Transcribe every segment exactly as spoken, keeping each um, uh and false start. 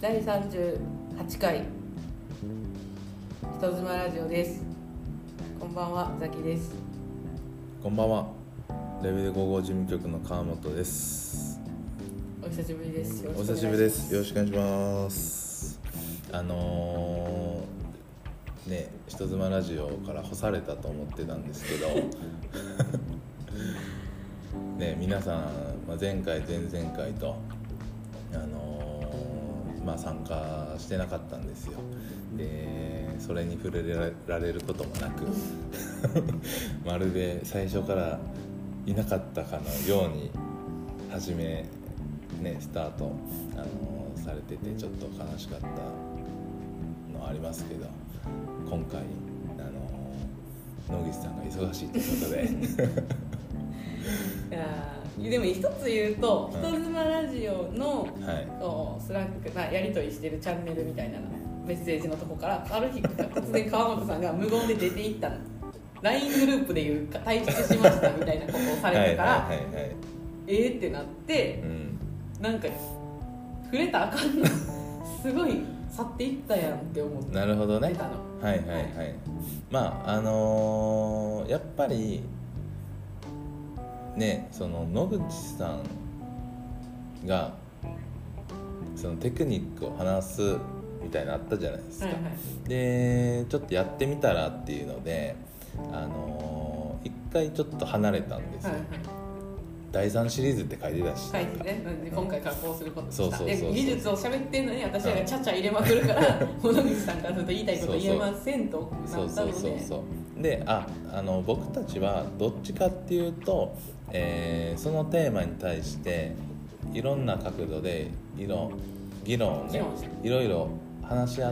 だいさんじゅうはちかい人妻ラジオです。こんばんは、ザキです。 こんばんは、レベルご号事務局の川本です。 お久しぶりです。 お久しぶりです。よろしくお願いします。あのー、ね、人妻ラジオから干されたと思ってたんですけどね、皆さん、まあ、前回前々回とあのー、まあ参加してなかったんですよ。でそれに触れられることもなくまるで最初からいなかったかのように初めねスタート、あのー、されててちょっと悲しかったのありますけど、今回、あのー、野口さんが忙しいということでいやでも一つ言うと、人妻ラジオの、 はい、 スラックなやり取りしてるチャンネルみたいなメッセージのとこからある日突然川本さんが無言で出ていったのライン グループでいうか退出しましたみたいなことをされたから、はいはいはいはい、えーってなって、うん、なんか触れたらあかんのすごい去っていったやんって思ってたの。 なるほどね。はいはいはい。まああのー、やっぱりね、その野口さんがそのテクニックを話すみたいなのあったじゃないですか、はいはい、でちょっとやってみたらっていうので、あのー、一回ちょっと離れたんですよ、はいはい、だいさんシリーズって書いてたし、 書いてね、うん、今回からこうすることにした。 そうそうそうそう、 で技術を喋ってんのに私らがちゃちゃ入れまくるから野口さんからすると言いたいこと言えませんとなったので、そうそうそうそうで、あ、あの僕たちはどっちかっていうと、えー、そのテーマに対していろんな角度でいろ議論をねいろいろ話し合って、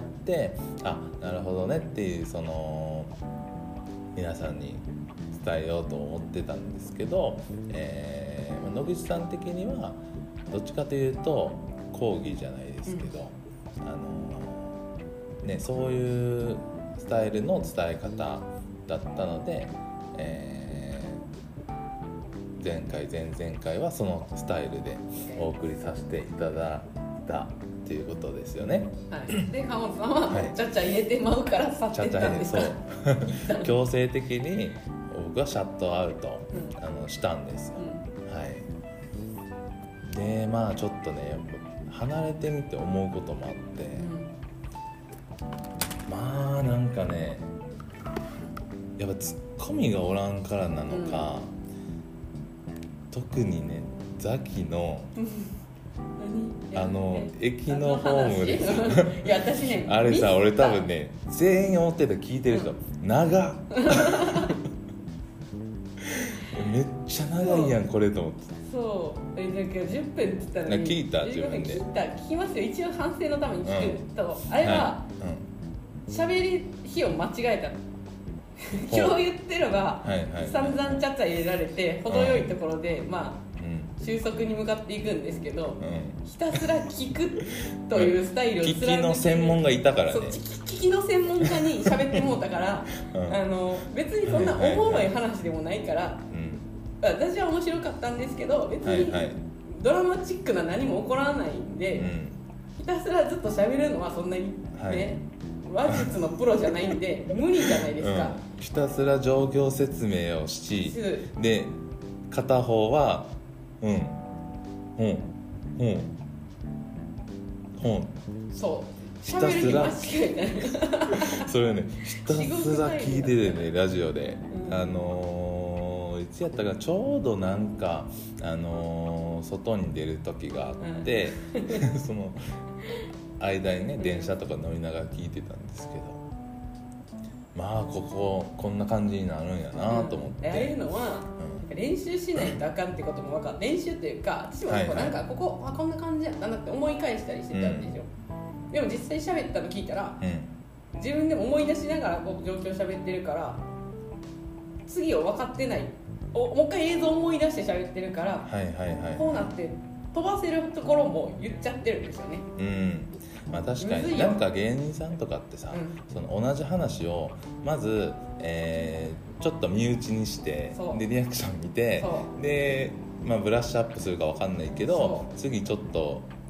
あ、なるほどねっていう、その皆さんに伝えようと思ってたんですけど、えー、野口さん的にはどっちかというと講義じゃないですけど、うん、あのね、そういうスタイルの伝え方だったので、えー、前回前々回はそのスタイルでお送りさせていただいたっていうことですよね。 はい、で川本さんは、はい、ちゃっちゃ入れてまうから去っていったんですか。 そう強制的に僕はシャットアウト、うん、あのしたんですよ、うん、はい。でまあちょっとねやっぱ離れてみて思うこともあって、うん、まあなんかねやっぱツッコミがおらんからなのか、うん、特にねザキのあの駅のホームでさいや私ねあれさ俺多分ね全員思ってた聞いてる人、うん、長っめっちゃ長いやんこれと思って。 そうえなんかじゅっぷんって言ったのに聞いた自分で聞いた聞きますよ、一応反省のために聞くと、うん、あれは喋、はい、り日を間違えたの今日言ってるのが、はいはいはい、散々ちゃっちゃ入れられて程よいところで、うん、まあ収束に向かっていくんですけど、うん、ひたすら聞くというスタイルを貫いて、 聞きの専門がいたからね。そう聞きの専門家に喋ってもうたから、うん、あの別にそんなおもろい話でもないから、はいはいはい、私は面白かったんですけど別にドラマチックな何も起こらないんで、はいはい、ひたすらずっと喋るのはそんなにね、はい、話術のプロじゃないんで無理じゃないですか、 うん、ひたすら状況説明をしで片方はうんうんうんうんそうひたすらそれをねひたすら聞いててねラジオで、うん、あのー、いつやったかちょうどなんかあのー、外に出る時があって、うん、その間にね電車とか乗りながら聞いてたんですけど、まあこここんな感じになるんやなと思って、 うん、ああいうのは、うん、練習しないとあかんってことも分かる。練習っていうか私もなんかここ、はいはい、あこんな感じやったなって思い返したりしてたんですよ、うん、でも実際喋ったの聞いたら、うん、自分でも思い出しながらこう状況喋ってるから次を分かってないおもう一回映像思い出して喋ってるから、はいはいはいはい、こうなって飛ばせるところも言っちゃってるんですよね。 うん、まあ、確かになんか芸人さんとかってさ、うん、その同じ話をまず、えー、ちょっと身内にしてでリアクション見てで、まあ、ブラッシュアップするか分かんないけど次ちょっと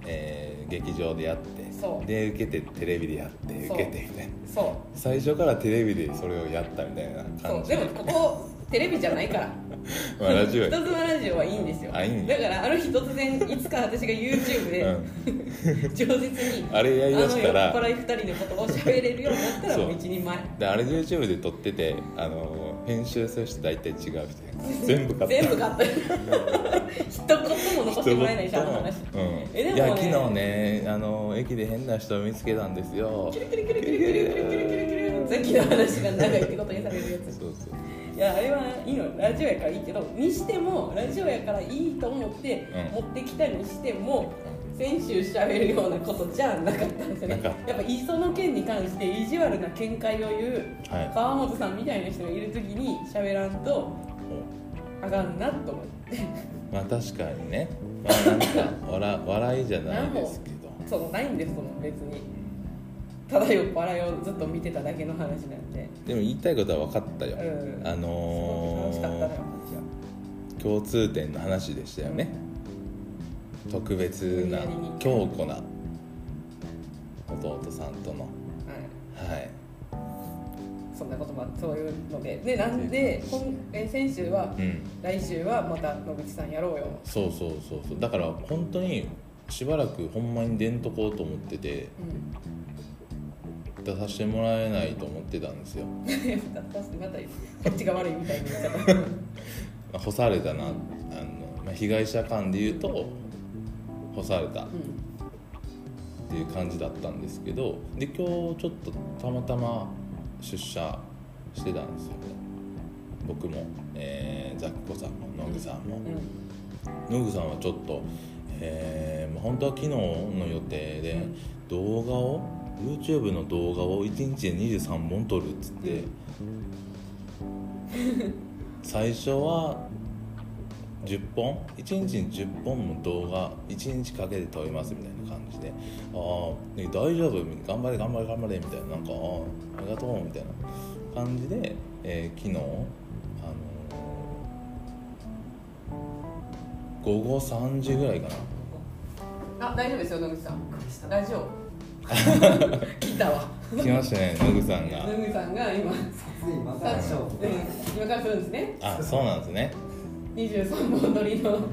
えー、劇場でやってで受けてテレビでやって受けてみたいなそう最初からテレビでそれをやったみたいな感じ。 そうでもここテレビじゃないからまあラジオ人妻ラジオはいいんですよ。 あいいんだからある日突然いつか私が YouTube で、うん、饒舌にあれやりだしたらあの酔っ払いふたりのことを喋れるようになったらもう一人前であれ YouTube で撮っててあの編集する人大体違う人全部カット全部カット一言も残してもらえないしあの話、 うん、えでもねいや昨日ねあの駅で変な人を見つけたんですよキュリキュリキュリキュリキュリキュリキュリキュリキュリキュリさっきの話が長いってことにされるやつそうそういやあれはいいのラジオやからいいけどにしてもラジオやからいいと思って持ってきたにしても、うん、先週喋るようなことじゃなかったんですよね。やっぱ磯の件に関して意地悪な見解を言う、はい、川本さんみたいな人がいる時に喋らんとあかんなと思ってまあ確かにね、まあ、なんか笑, 笑いじゃないですけどそうないんですその別にただ酔っ払いをずっと見てただけの話なんで。 でも言いたいことは分かったよ、うん、あのー、 すごく楽しかったのよ共通点の話でしたよね、うん、特別な強固な弟さんとのはい、はい、 そんなこともそういうのででなんで今え先週は、うん、来週はまた野口さんやろうよそうそうそうそうだから本当にしばらくほんまに出んとこうと思ってて、うん、出させてもらえないと思ってたんですよ出させてまたこっちが悪いみたいに言い方干されたなあの、まあ、被害者間で言うと干された、うんっていう感じだったんですけどで今日ちょっとたまたま出社してたんですよね僕も、えー、ザキコさんも野口さんも、うん、野口さんはちょっと、えー、本当は昨日の予定で動画を YouTube の動画をいちにちでにじゅうさんぼん撮るっつって、うん、最初はじゅっぽんいちにちにじゅっぽんも動画いちにちかけて撮りますみたいな感じでああ、ね、大丈夫頑張れ頑張れ頑張れみたいななんかあありがとうみたいな感じで、えー、昨日、あのー、午後さんじぐらいかなあ大丈夫ですよ野口さん大丈夫聞いたわ来ましたね野口さんが野口さんが今撮影今からしょう今からするんですねあそうなんですねにじゅうさんぼん撮りの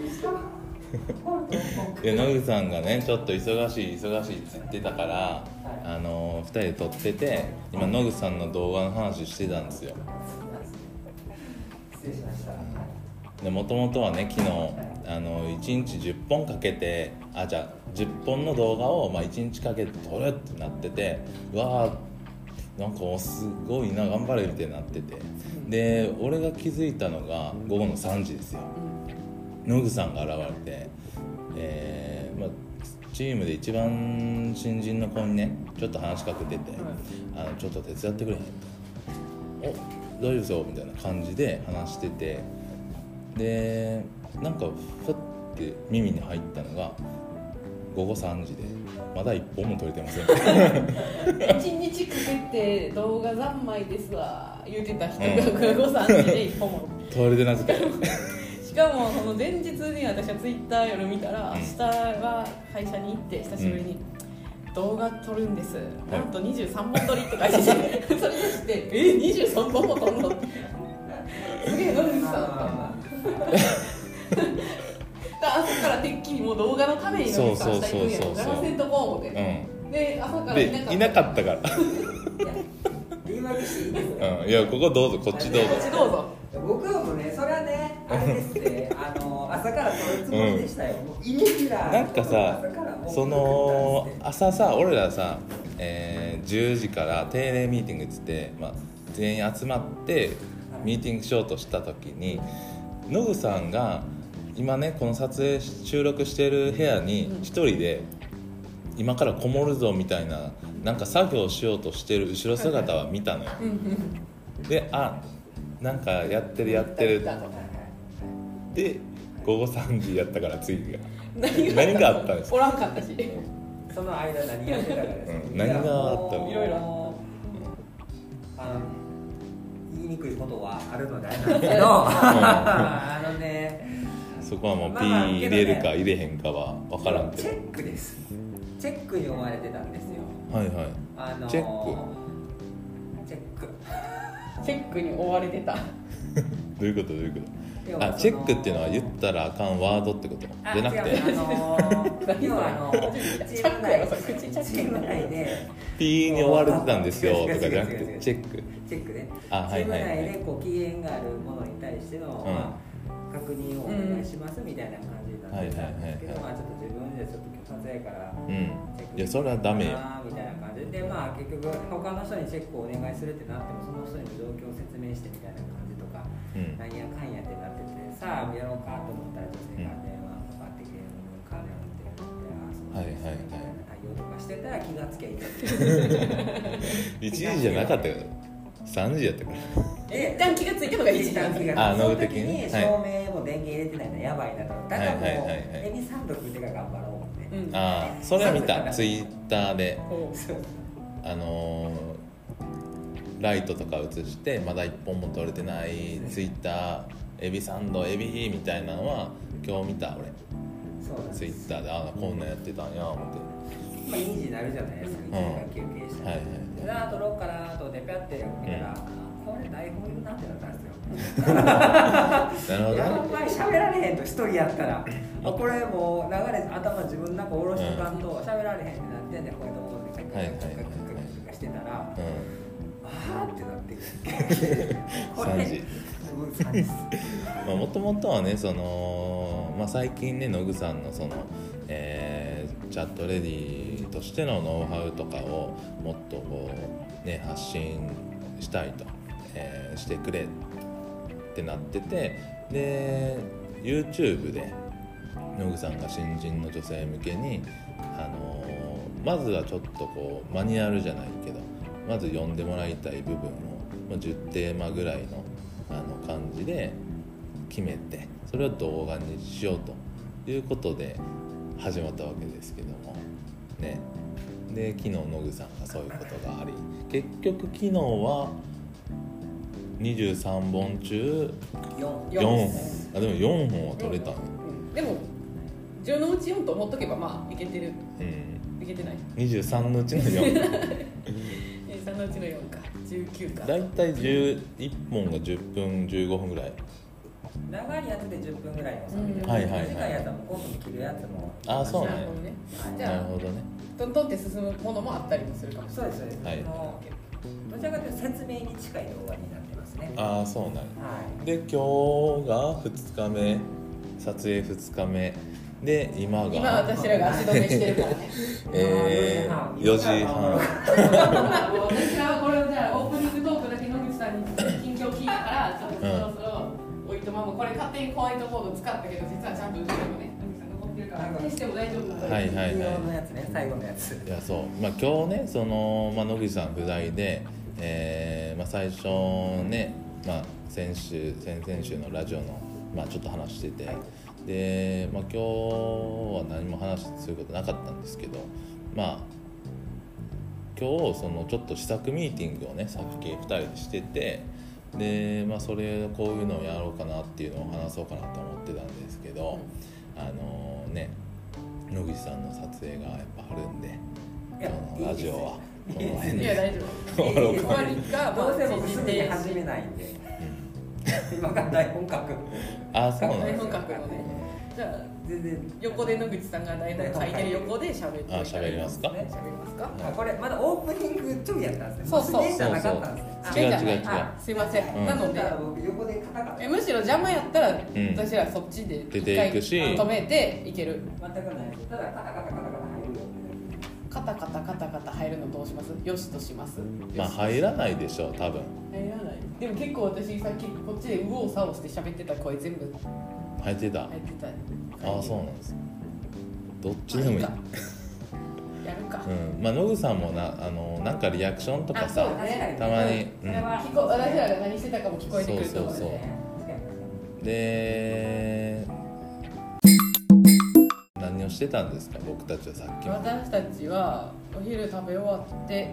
いや野口さんがねちょっと忙しい忙しいって言ってたから、はい、あのふたりで撮ってて今野口さんの動画の話してたんですよ失礼しましたでもともとはね昨日あのいちにちじゅっぽんかけてあじゃあじゅっぽんの動画を、まあ、いちにちかけて撮るってなっててうわーなんかすごいな頑張れみたいになっててで俺が気づいたのが午後のさんじですよ野口さんが現れて、えーまあ、チームで一番新人の子にねちょっと話しかけててあのちょっと手伝ってくれへんとお大丈夫ですよみたいな感じで話しててでなんかふって耳に入ったのが午後さんじでまだ一本も撮れてません一日かけて動画三昧ですわ言うてた人が午後さんじで一本も撮れてなくてしかもその前日に私はツイッター夜見たら、うん、明日は会社に行って久しぶりに、うん、動画撮るんです、うん、なんとにじゅうさんぼん撮りって書いててそれでしてえにじゅうさんぼんも撮んのすげえ野口さん朝からてっきりもう動画のために野口さんしたい分やろガラセンとこう思って、うん、で朝からいなかったから言い訳していいですか、うん、いやここどうぞこっちどうぞこっちどうぞ僕もねそれはねあれですねあの朝から撮るつもりでしたよ、うん、もうイレギュラーなんかさその朝さ俺らさ、えー、じゅうじから定例ミーティングっつって、まあ、全員集まってミーティングしようとした時に野口さんが今ねこの撮影収録してる部屋に一人で今からこもるぞみたいななんか作業しようとしてる後ろ姿は見たのよであなんかやってるやってるで午後さんじやったから次が何があったんですかおらんかったしその間何やってたかです、 うん、何があったのいろいろあの言いにくいことはあるのであれなんですけどあのねそこはもうピー入れるか入れへんかは分からんけど、 チェックです。チェックに追われてたんですよ。 はいはい、 あのー、 チェックチェックチェックに追われてたどういうことどういうこと？あ、チェックっていうのは言ったらあかんワードってことじゃなくて、 あのー、要はあのチーム内チーム内でピーに追われてたんですよとかじゃなくてチェックチェックね、 あ、はいはいはい、 チーム内でこう期限があるものに対しての、 うん、 まあ、確認をお願いしますみたいな感じになってたんですけど、まあちょっと自分でちょっと撮影から、うん、 いやそれはダメよみたいな感じで、まあ結局他の人にチェックをお願いするってなってもその人に状況を説明してみたいな感じとか、うん、なんやかんやってなってて、さあやろうかと思ったら女性が電話かかってきて関連って言って、あ、そうですね、みたいな対応とかしてたら気がつけいちじじゃなかったよ、さんじやったから一旦気がついたのがいちじなんですよ。 あ、その時に照明も電源入れてないのやばいなと、だからもうエビサンド食ってから頑張ろうって、うん、 ああ、それは見たツイッターであのー、ライトとか映してまだいっぽんも撮れてないツイッターエビサンドエビみたいなのは今日見た俺。そうツイッターであこんなんやってたんや思って、 まあにじになるじゃないですか、いちじかん休憩して、うん、はいはい、であ撮ろうかなとでピャって見たら、うん、これ台本いるなってなったんですよなるほど、ね、やっぱり喋られへんと一人やったらあこれもう流れ頭自分なんか下ろしとかんと喋られへんってなってんで、こうやって戻ってカッカッカッカッカッカッしてたら、あーってなってこれさんじもともとはね、その、まあ、最近ね野具さんのその、えー、チャットレディとしてのノウハウとかをもっとこう、ね、発信したいと、えー、してくれってなってて、で YouTube で野具さんが新人の女性向けに、あのー、まずはちょっとこうマニュアルじゃないけどまず読んでもらいたい部分を、まあ、じゅうテーマぐらいのあの感じで決めて、それを動画にしようということで始まったわけですけどもね。で昨日野具さんがそういうことがあり、結局昨日はにじゅうさんぼん中よんほん、あでもよんほんは撮れたの、 うん、でもじゅうのうちよんと思っとけばまあいけてる、うん、いけてないにじゅうさんのうちのよんにじゅうさんのうちのよんかじゅうきゅうか、 だいたいじゅういっぽんがじゅっぷんじゅうごふんぐらい、 長いやつでじゅっぷんぐらいの収めて、 はいはいはい、 短いやつはもうコントに切るやつも、 ああそうね、 じゃあなるほどね、トントンって進むものもあったりもするかもしれない。 そうですそうです、はい、どちらかというと説明に近い動画になってますね。 ああそうなん、はい、で今日がふつかめ、撮影ふつかめで、今が今私らが足止めしてるからねえー、よじはん私らはこれをじゃあオープニングトークだけ野口さんに近況聞いたからちょっとそろそろおいとまもこれ勝手にホワイトボード使ったけど実はちゃんと後ろもね野口さん残ってるから消しても大丈夫なので、 はいはいはい、 のやつね、最後のやつ。 いやそう、まあ、今日ねその、まあ、野口さん不在で、えーまあ、最初ね、まあ、先週先々週のラジオの、まあ、ちょっと話してて、で、まあ、今日は何も話することなかったんですけど、まあ今日そのちょっと試作ミーティングをねさっきふたりでしてて、で、まあ、それこういうのをやろうかなっていうのを話そうかなと思ってたんですけど、あのー、ね野口さんの撮影がやっぱあるんで、今日のラジオはこの辺でいや大丈夫終わりかどうせ僕すぐに始めないんで、うん、今から台本書くあそうなんです、台本書くのね。じゃあ全然横で野口さんが台本書いてる横で喋ってあ喋りますか、 喋りますか、 うん、これまだオープニングちょいやったんですね。 そうそうそうそうそう違う違う違う、 すいません、うん、なので横でカタカタえむしろ邪魔やったら、 うん、 私らそっちで出ていくし止めていける。 全くない。ただカタカタカタカタ入るよ。 カタカタカタカタ入るのどうします？よしとします？ まあ入らないでしょ多分。 入らない。でも結構私さっきこっちで右往左往して喋ってた声全部入ってた。 入ってた。 ああそうなんです。どっちでもいい。 やるか。 うん。まあ野口さんもなあのなんかリアクションとかさ、 ね、 たまに、 うん、聞こ私らが何してたかも聞こえてくると思う。 そうそうそう。で何をしてたんですか僕たちはさっき。 私たちはお昼食べ終わってえ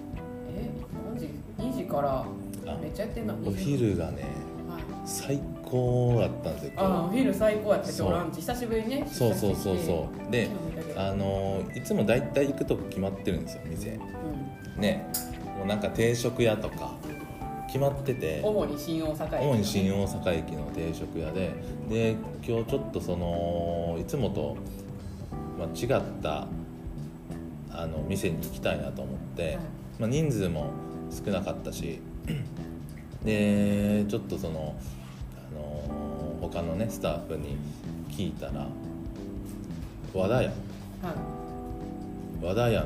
何時にじからめっちゃやってんの。 お昼がね、 はい、 最高だったんですよ。 あお昼最高やった。今日ランチ久しぶりにね。 そうそうそうそうで、あのいつもだいたい行くとこ決まってるんですよ店、うん、ねもうなんか定食屋とか決まってて、 主に新大阪駅主に新大阪駅の定食屋で、で今日ちょっとそのいつもと、まあ、違ったあの店に行きたいなと思って、はい、まあ、人数も少なかったしでちょっとその、あのー、他のねスタッフに聞いたら和田屋、はい、和田屋の、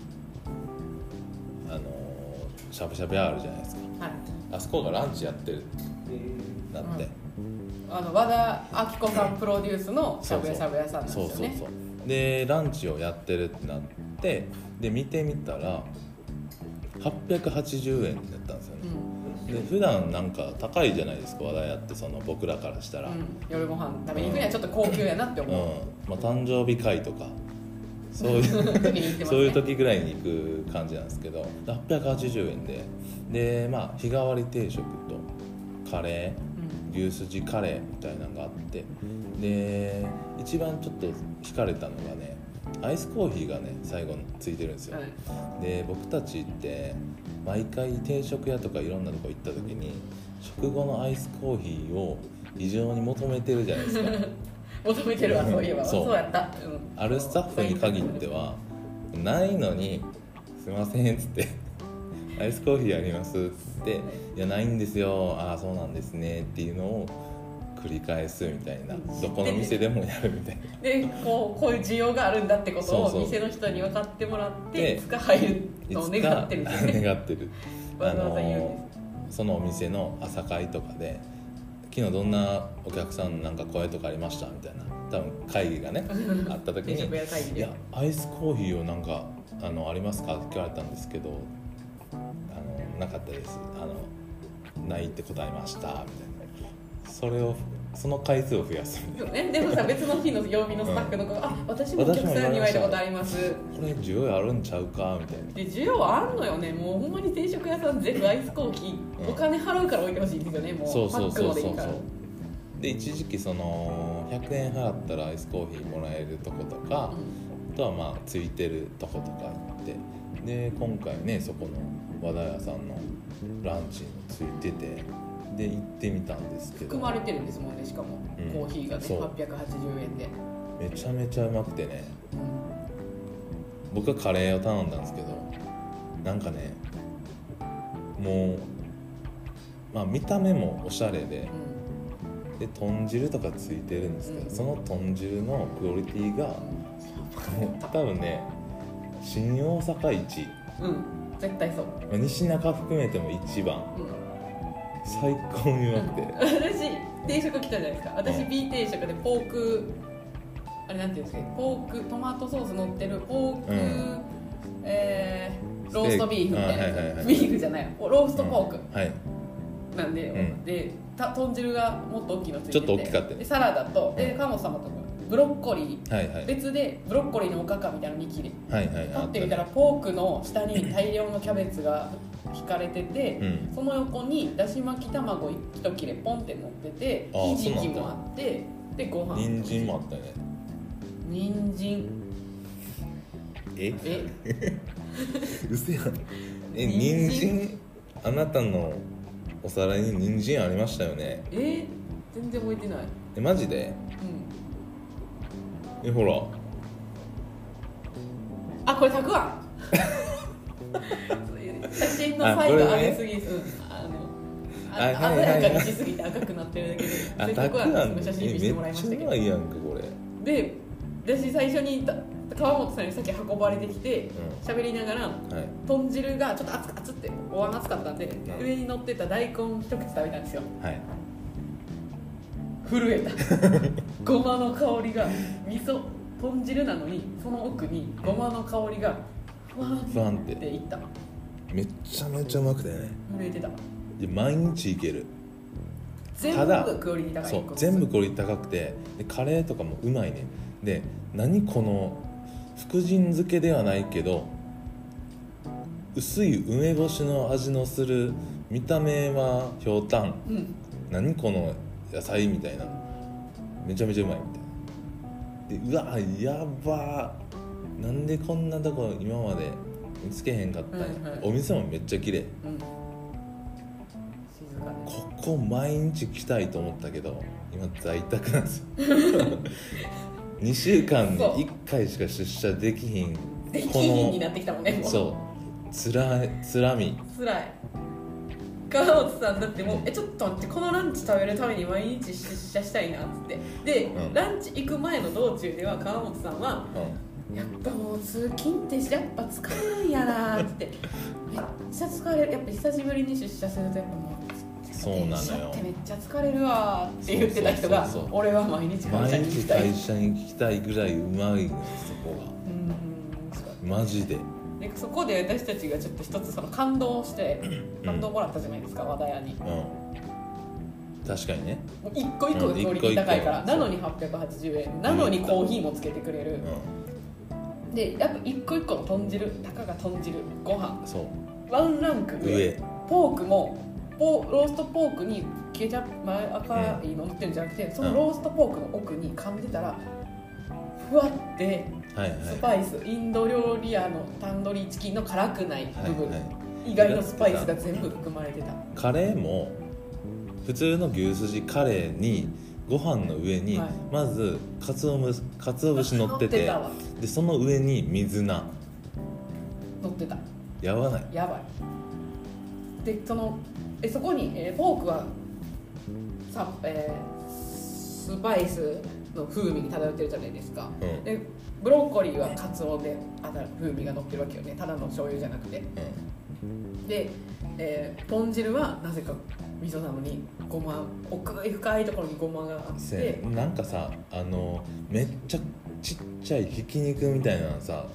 あのー、しゃぶしゃぶ屋あるじゃないですか、はい、あそこがランチやってるってなって、 うん、あの和田アキ子さんプロデュースのしゃぶやしゃぶ屋さんなんですよね。 そうそうそうでランチをやってるってなってで見てみたらはっぴゃくはちじゅうえんだったんですよね、うん、で普段なんか高いじゃないですか和田屋ってその僕らからしたら、うん、 夜ご飯食べに行くにはちょっと高級やなって思う、うんまあ、誕生日会とかそういうね、そういう時ぐらいに行く感じなんですけどはっぴゃくはちじゅうえんでで、まあ、日替わり定食とカレー、うん、牛すじカレーみたいなのがあってで一番ちょっと惹かれたのがねアイスコーヒーがね最後についてるんですよ、はい、で僕たちって毎回定食屋とかいろんなとこ行った時に食後のアイスコーヒーを非常に求めてるじゃないですか求めてるわそういえばそう、そうやった、うん、 あるスタッフに限ってはないのにすいませんっつってアイスコーヒーありますっつっていやないんですよああそうなんですねっていうのを繰り返すみたいなどこの店でもやるみたいなでこう、こういう需要があるんだってことを店の人に分かってもらっていつか入るのを願ってるんですね願ってるあのそのお店の朝会とかで昨日どんなお客さんなんか声とかありましたみたいな多分会議がねあった時にいやアイスコーヒーをなんかあのありますかって聞かれたんですけどあのなかったですあのないって答えましたみたいなそれをその回数を増やすみたいな、 ね、でもさ別の日の曜日のスタッフの子が、うん、あ私もお客さんに言われたことありますこれ需要あるんちゃうかみたいなで需要あるのよねもうほんまに定食屋さん全部アイスコーヒー、うん、お金払うから置いてほしいんですよねもうそうそうそうそうそうパックのでいいからで一時期そのひゃくえん払ったらアイスコーヒーもらえるとことか、うん、あとはまあついてるとことか行ってで今回ねそこの和田屋さんのランチについててで行ってみたんですけど含まれてるんですもんねしかも、うん、コーヒーがねはっぴゃくはちじゅうえんでめちゃめちゃうまくてね、うん、僕はカレーを頼んだんですけどなんかねもうまあ見た目もおしゃれで、うん、で豚汁とかついてるんですけど、うん、その豚汁のクオリティが、うん、多分ね新大阪一うん絶対そう、 まあ、西中含めても一番、うん最高にうまくて、うん、 私定食来たじゃないですか私 B 定食でポークあれなんていうんですかポークトマトソース乗ってるポーク、うんえー、ローストビーフみたいな、はいはいはい、ビーフじゃないローストポーク、うんはい、なんで、うん、でた豚汁がもっと大きいのついててちょっと大きかった、ね、 でサラダとで川本様とブロッコリー、 はいはい、別でブロッコリーのおかかみたいなのに切れ、 はいはい、 立ってみたらポークの下に大量のキャベツが引かれてて、うん、その横にだし巻き卵一切れポンって乗っててひじきもあってでご飯人参もあったよね人参ええうせやんえ人参あなたのお皿に人参ありましたよねえ全然覚えてないえマジでうんえほらあこれたくあん写真のサイド上げすぎ、ね、うん、あのああ鮮やかにしすぎて赤くなってるだけであせっかくあんの写真見せてもらいましたけどめっちゃいいやんかこれで私最初に川本さんにさっき運ばれてきて喋、うん、りながら、はい、豚汁がちょっと熱く熱ってお椀熱かったんで、うん、上に乗ってた大根一口食べたんですよ、はい、震えたごまの香りが味噌豚汁なのにその奥にごまの香りがふわんっていっためちゃめちゃうまくてね震えてた毎日いける全部クオリティ高いそう全部クオリティ高くてでカレーとかもうまいねで何この福神漬けではないけど薄い梅干しの味のする見た目はひょうたん、うん、何この野菜みたいなめちゃめちゃうまいみたいなで、うわやばーなんでこんなとこ今まで見つけへんかったんや、はいはい、お店もめっちゃ綺麗、うん、静かね、ここ毎日来たいと思ったけど今在宅なんですよにしゅうかんにいっかいしか出社できひんできひんになってきたもんね。もうそうつらいつらみつらい川本さんだってもうえちょっと待ってこのランチ食べるために毎日出社したいなっつってで、うん、ランチ行く前の道中では川本さんは、うん、やっぱもう通勤ってやっぱ疲れるんやなってめっちゃ疲れるやっぱ久しぶりに出社するとやっぱもうそうなのよ電車ってめっちゃ疲れるわって言ってた人がそうそうそうそう俺は毎日会社に行きたい毎日会社に行きたいぐらいうまいそこがうんマジででそこで私たちがちょっと一つその感動して感動もらったじゃないですか、うん、和田屋に、 うん、確かにねもう一個一個がクオリティ高いから、うん、なのにはっぴゃくはちじゅうえんなのにコーヒーもつけてくれる、うん、でやっぱ一個一個の豚汁たかが豚汁ご飯そうワンランク上上ポークもポーローストポークにケチャップ前赤いの乗ってるんじゃなくて、うん、そのローストポークの奥に噛んでたらふわってスパイス、はいはい、インド料理屋のタンドリーチキンの辛くない部分、はいはい、以外のスパイスが全部含まれてた。 カレーも普通の牛すじカレーにご飯の上にまずかつおむかつお節乗っててでその上に水菜乗ってた。 やばないやばいでそのえそこに、えー、ポークはさ、えー、スパイスの風味に漂ってるじゃないですか、うん、でブロッコリーはカツオで風味が乗ってるわけよねただの醤油じゃなくて、うん、で、えー、豚汁はなぜか味噌なのにごま奥い深いところにごまがあってなんかさあのめっちゃちっちゃいひき肉みたいなのさ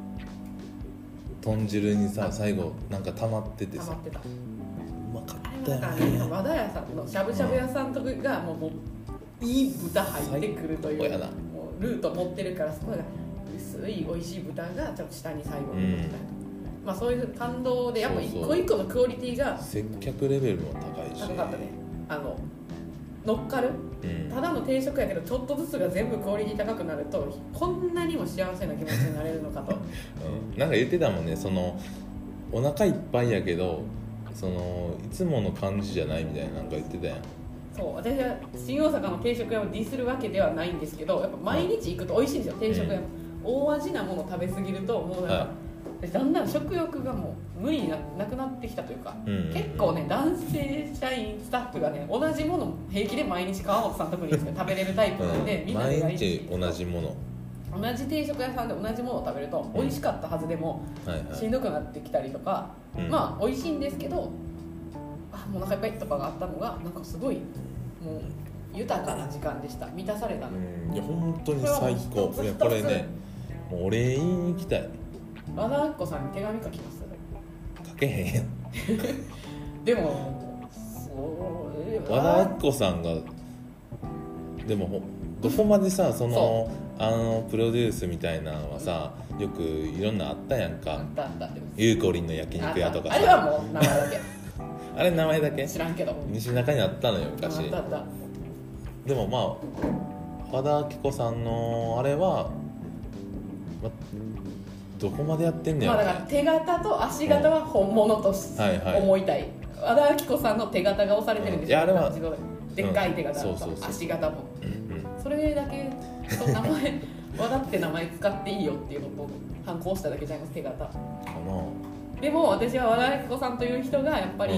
豚汁にさ最後なんか溜まっててさ溜まってたうまかったよね。 和田屋さんのしゃぶしゃぶ屋さんとかがもう、もういい豚入ってくるというもうルート持ってるからそこが薄い美味しい豚がちょっと下に最後に乗ってたりとか、うん、まあそういう感動でやっぱ一個一個のクオリティが接客レベルも高いし高かったね。あの乗っかる、うん、ただの定食やけどちょっとずつが全部クオリティ高くなるとこんなにも幸せな気持ちになれるのかと、 うん、なんか言ってたもんねそのお腹いっぱいやけどそのいつもの感じじゃないみたいななんか言ってたやん。 そう私は新大阪の定食屋をディスるわけではないんですけどやっぱ毎日行くと美味しいんですよ定食屋も、うん、大味なもの食べ過ぎるともうなんか、はい、だんだん食欲がもう無理に な, なくなってきたというか、うんうんうん、結構ね男性社員スタッフがね同じもの平気で毎日川本さん特にですけど食べれるタイプなんで、うん、みんなで毎日同じもの同じ定食屋さんで同じものを食べると美味しかったはずでも、うんはいはい、しんどくなってきたりとか、うん、まあ美味しいんですけどあもうお腹いっぱいとかがあったのがなんかすごいもう豊かな時間でした満たされたの。 うんいや本当に最高いやこれねもうお礼言いに行きたい。 和田アキ子さんに手紙書きます書けへんやんでもそう和田アキ子さんがでもどこまでさそのあのプロデュースみたいなのはさよくいろんなあったやんか。 あったあったゆうこりんの焼肉屋とかさあれはもう名前だけあれ名前だけ知らんけど西中にあったのよ昔。 あったあったでもまあ和田アキ子さんのあれは、ま、どこまでやってんねやろ、ね、 まあ、だから手形と足形は本物として、うんはいはい、思いたい和田アキ子さんの手形が押されてるんですよ、うん、いやあれはでっかい手形と、うん、そうそうそう足形も、うんうん、それだけと名前和田って名前使っていいよっていうのを反抗しただけじゃないですか手形かな。でも私は和田アキ子さんという人がやっぱり、うん、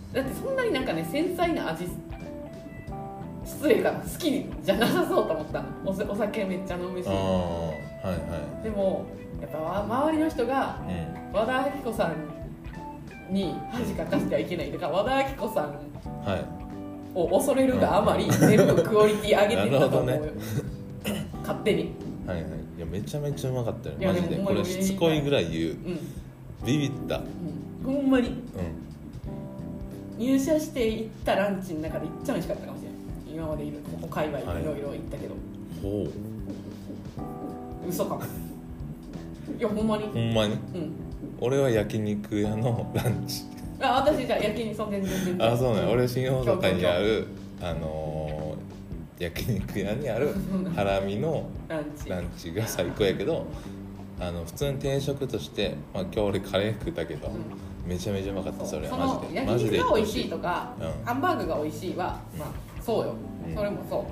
だってそんなになんかね繊細な味失礼かな好きじゃなさそうと思ったの お, お酒めっちゃ飲むし、はいはい、でもやっぱ周りの人が、うん、和田アキ子さんに恥かかせてはいけないとか和田アキ子さんを恐れるがあまり、はい、全部クオリティ上げていったと思うよ、ね、勝手にはいはい、いやめちゃめちゃうまかったよマジでこれしつこいぐらい言う、うん、ビビった、 うん、ほんまに、うん、入社して行ったランチの中で一番美味しかったかもしれない今までいるここ界隈いろいろ行ったけど、はい、ほう嘘かもいやほんまにほんまに、うん、俺は焼肉屋のランチあ私じゃあ焼肉そん全然全然あそうね、うん、俺新大阪にあるあのー、焼肉屋にあるハラミのランチランチが最高やけどあの普通に定食として、まあ、今日俺カレー食ったけど、うん、めちゃめちゃうまかった。それはマジで焼肉が美味しいとか、うん、ハンバーグが美味しいは、まあ、そうよ、うん、それもそう、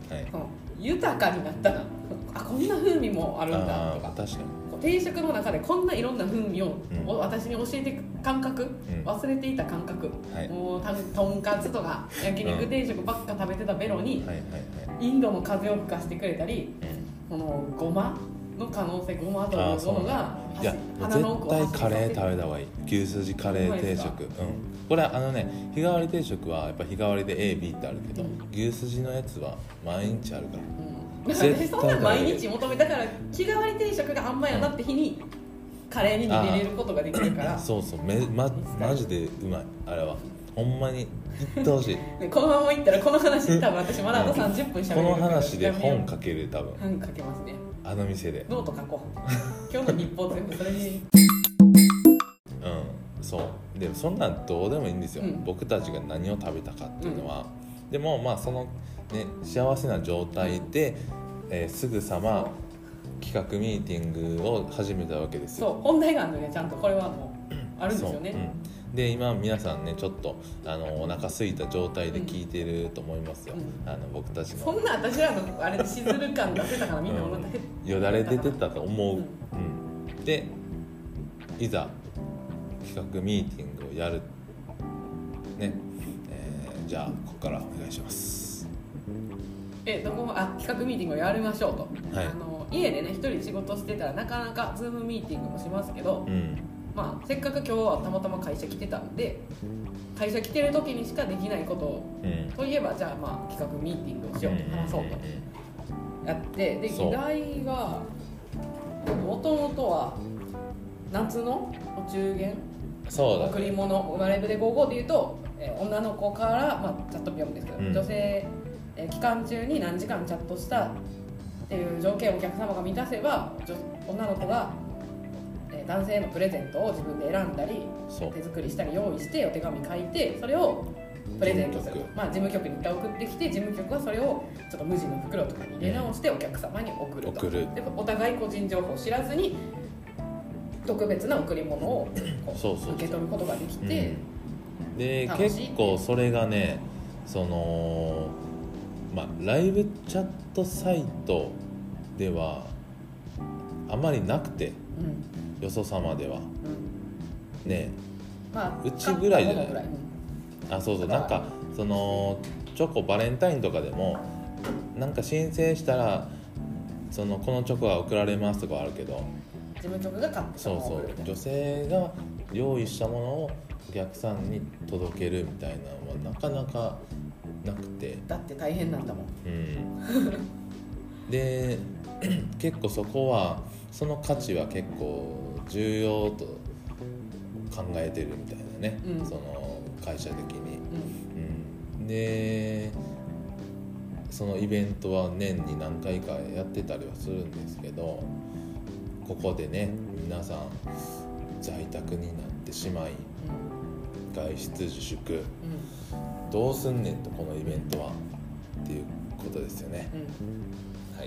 はい、その豊かになったなあこんな風味もあるんだとか、 確かに定食の中でこんないろんな風味を、うん、私に教えていく感覚、うん、忘れていた感覚、はい、もうたとんかつとか焼肉定食ばっか食べてたベロに、うんはいはいはい、インドの風を吹かしてくれたり、うん、このごまの可能性ごまというものがいや絶対カレー食べた方がいい。牛すじカレー定食、うん、これあのね日替わり定食はやっぱ日替わりで エービー ってあるけど、うん、牛すじのやつは毎日あるから、 うん、絶対そんな毎日求めたから日替わり定食があんまやなって日にカレーに入れれることができるから、 そうそうめ、ま、マジでうまいあれはほんまに言ってほしいこのままいったらこの話多分私まだあとさんじゅっぷんしゃべれるこの話で本書ける多分本書けますねあの店でノート書こう今日の日報全部それにうんそうでもそんなんどうでもいいんですよ、うん、僕たちが何を食べたかっていうのは、うん、でもまあそのね幸せな状態で、えー、すぐさま企画ミーティングを始めたわけですよ。 そう本題があるのねちゃんとこれはもうあるんですよね、 うん、で今皆さんねちょっとあのお腹空いた状態で聞いてると思いますよ、うん、あの僕たちのそんな私らのあれでしずる感出せたからみんなお腹減って、 うん、よだれ出てたと思う、うんうん、でいざ企画ミーティングをやるね、えー、じゃあここからお願いします。 えどこもあ企画ミーティングをやりましょうと、はい、あの家でね一人仕事してたらなかなかズームミーティングもしますけど、うんまあ、せっかく今日はたまたま会社来てたんで会社来てる時にしかできないことを、うん、といえばじゃあまあ企画ミーティングをしようと話そうとやってで議題がもともとは夏のお中元そうだ、ね、 贈り物ライブでごじゅうごでいうと、えー、女の子から、まあ、チャットピ読むんですけど、うん、女性、えー、期間中に何時間チャットしたっていう条件をお客様が満たせば女の子が男性へのプレゼントを自分で選んだり手作りしたり用意してお手紙書いてそれをプレゼントする、まあ、事務局に一回送ってきて事務局はそれをちょっと無地の袋とかに入れ直してお客様に送ると、 送るでお互い個人情報を知らずに特別な贈り物をこうそうそうそう受け取ることができて、 うん、で結構それがねその、まあ、ライブチャットサイトではあまりなくて、うん、よそ様では、うん、ねえ、まあ、うちぐらいじゃない、うん、あそうそうなんかそのチョコバレンタインとかでもなんか申請したらそのこのチョコが送られますとかあるけど事務局が買ってそうそう女性が用意したものをお客さんに届けるみたいなのはなかなかなくてだって大変なんだもん、 うん、で結構そこはその価値は結構重要と考えてるみたいなね、うん、その会社的に、うんうん、でそのイベントは年に何回かやってたりはするんですけどここでね皆さん在宅になってしまい、うん、外出自粛、うん、どうすんねんとこのイベントはっていうことですよね、うん、はい、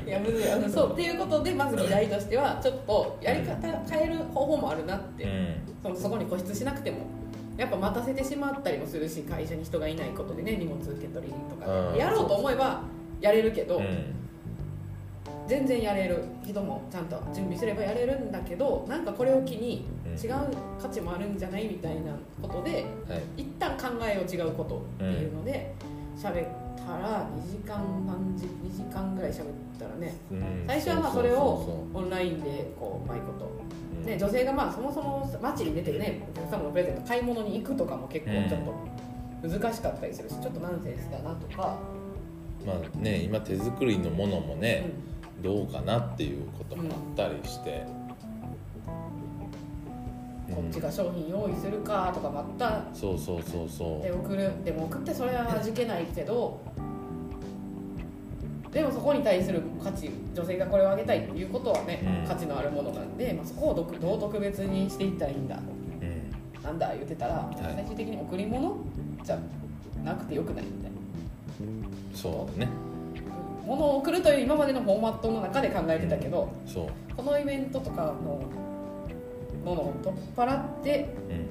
いやむずいあのそうっていうことでまず議題としてはちょっとやり方変える方法もあるなって、うん、そのそこに固執しなくてもやっぱ待たせてしまったりもするし会社に人がいないことでね荷物受け取りとか、ね、やろうと思えばやれるけど、うん、全然やれる人もちゃんと準備すればやれるんだけどなんかこれを機に違う価値もあるんじゃないみたいなことで、うん、はい、一旦考えを違うことっていうので喋ったらにじかん何時にじかんぐらい喋ったらね、うん、最初はまあそれをオンラインでこううまいこと、うんね、女性がまあそもそも街に出てねお客様のプレゼント買い物に行くとかも結構ちょっと難しかったりするし、ちょっとナンセンスだなとかまあね今手作りのものもね、うん、どうかなっていうこともあったりして、 うん、こっちが商品用意するかとかまたそうそうそうそうで送るでも送ってそれは味気ないけどでもそこに対する価値女性がこれをあげたいっていうことはね、うん、価値のあるものなんで、まあ、そこをどう特別にしていったらいいんだ、うん、なんだ言ってたら、はい、最終的に贈り物じゃなくてよくないみたいな。 そうだね。 物を送るという今までのフォーマットの中で考えてたけど、 うん、そうこのイベントとかのものを取っ払って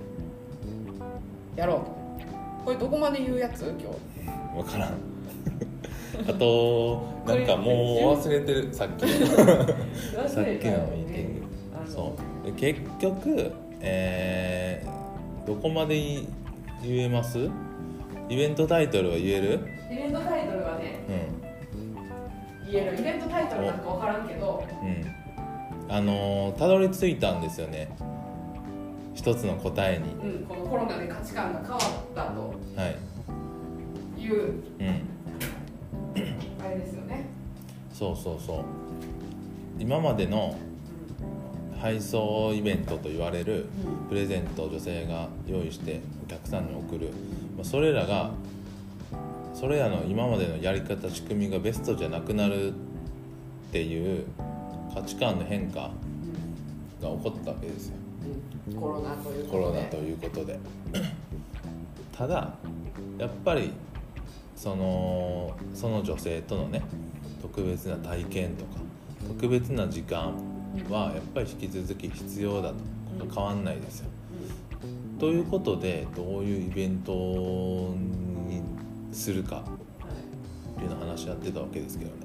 やろうと、うん、これどこまで言うやつ今日分からんあとなんかもう忘れてるさっきのさっきのミーティング、そうで結局、えー、どこまで言えます？イベントタイトルは言える？ イベントタイトルはね、うん、言える。イベントタイトルなんか分からんけど、 うん、あのー、たどり着いたんですよね、一つの答えに、 うん、このコロナで価値観が変わったという、はい、うん、あれですよね。 そうそうそう、今までの配送イベントと言われるプレゼントを女性が用意してお客さんに送る、それらがそれらの今までのやり方仕組みがベストじゃなくなるっていう価値観の変化が起こったわけですよ、 うん、コロナということでコロナということでただやっぱりそのその女性とのね特別な体験とか特別な時間はやっぱり引き続き必要だと、変わんないですよ、うん、ということでどういうイベントにするかっていうのを話し合ってたわけですけどね、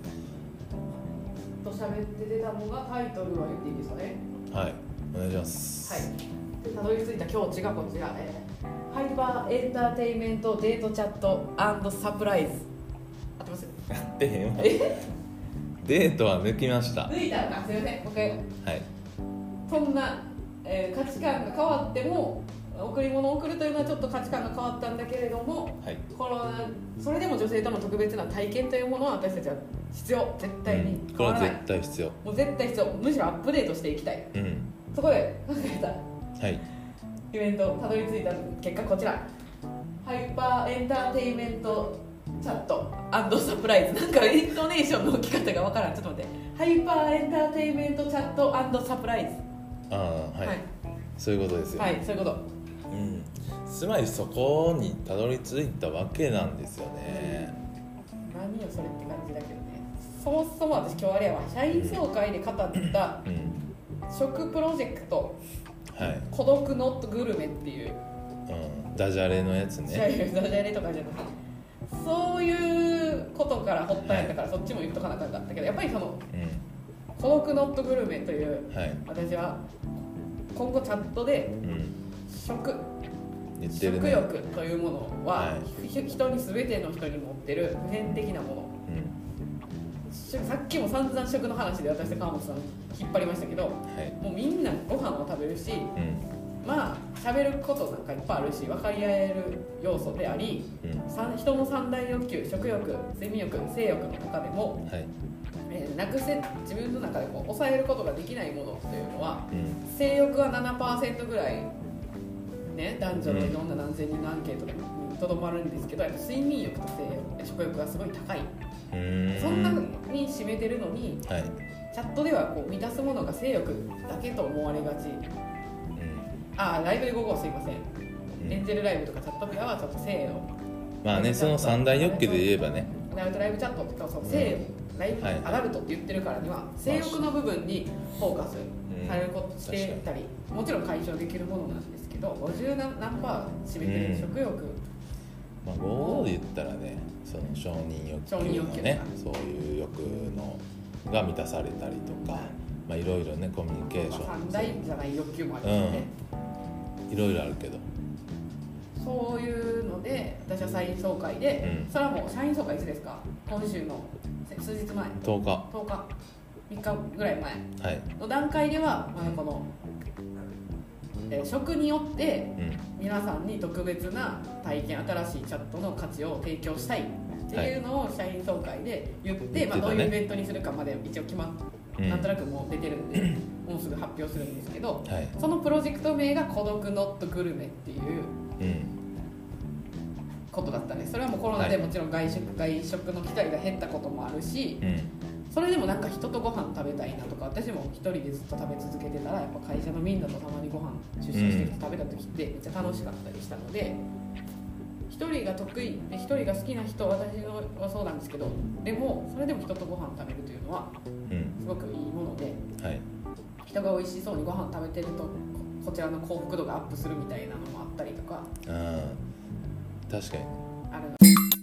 と喋って出たのがタイトルは言っていいですかね。 はい、お願いします。 はい、でたどり着いた境地がこちら、えー、ハイパーエンターテインメントデートチャット&サプライズ。合ってます？ 合ってへんわ。デートは抜きました。 抜いたのか、すいません。僕、はい、そんな、えー、価値観が変わっても贈り物を贈るというのはちょっと価値観が変わったんだけれども、はい、コロナそれでも女性との特別な体験というものは私たちは必要、絶対に変わらない、うん、 これは絶対必要、 もう絶対必要、むしろアップデートしていきたい、うん、そこで考えた、はい、イベントたどり着いた結果こちら、ハイパーエンターテインメントチャット&サプライズ。なんかイントネーションの置き方がわからん。ちょっと待って。ハイパーエンターテインメントチャット&サプライズ。 ああ、はい、はい、そういうことですよ。 はい、そういうこと。 うん。つまりそこにたどり着いたわけなんですよね。 うん、何よそれって感じだけどね。そもそも私今日あれやわ、社員総会で語った食プロジェクト、うん、はい、孤独ノットグルメっていう、 うん、ダジャレのやつね。 ダジャレとかじゃなくて。そういうことから発端やったから、はい、そっちも言っとかなかったけど、やっぱりその、うん、孤独ノットグルメという、はい、私は今後チャットで、うん、食、言ってるね、食欲というものは、はい、人に全ての人に持ってる普遍的なもの、うん、さっきも散々食の話で私と川本さん引っ張りましたけど、はい、もうみんなご飯を食べるし、うん、まあ喋ることなんかいっぱいあるし分かり合える要素であり、うん、人の三大欲求、食欲、睡眠欲、性欲の中でも、はい、えー、なくせ自分の中でこう抑えることができないものというのは、うん、性欲は ななパーセント ぐらい、ね、男女のいろんな何千人のアンケートでとどまるんですけど、睡眠欲と性欲、食欲がすごい高い、うん、そんなに占めてるのに、はい、チャットではこう満たすものが性欲だけと思われがち、あ、ライブでごごすいません、うん、エンジェルライブとかチャットピアはちょっと性を、まあね、その三大欲求で言えばね、ライブライブチャットとかその性を、うん、ライブ、はい、アダルトって言ってるからには性欲の部分にフォーカスされることしてたり、うん、もちろん解消できるものなんですけど、ごじゅう何パー占めてる食欲、うん、 まあごで言ったらね、その承認欲求のね、そういう欲のが満たされたりとか、まあいろいろね、コミュニケーション、 三大じゃない欲求もありますね、 いろいろあるけど、 そういうので私は社員総会で、うん、それはもう社員総会いつですか、今週の数日前、 とおかとおかみっかぐらい前の段階では、まだこの、えー、食によって皆さんに特別な体験、新しいチャットの価値を提供したいっていうのを社員総会で言って、はい、まあ、どういうイベントにするかまで一応決まって、なんとなくもう出てるんで、もうすぐ発表するんですけど、はい、そのプロジェクト名が孤独ノットグルメっていうことだったんです。それはもうコロナでもちろん外食、はい、外食の機会が減ったこともあるし、うん、それでもなんか人とご飯食べたいなとか、私も一人でずっと食べ続けてたら、やっぱ会社のみんなとたまにご飯出社してきて食べた時ってめっちゃ楽しかったりしたので、一人が得意で一人が好きな人、私のはそうなんですけど、でもそれでも人とご飯食べるというのはすごくいいもので、 うん、はい、人が美味しそうにご飯食べてると こ, こちらの幸福度がアップするみたいなのもあったりとか、 あ確かにあるの。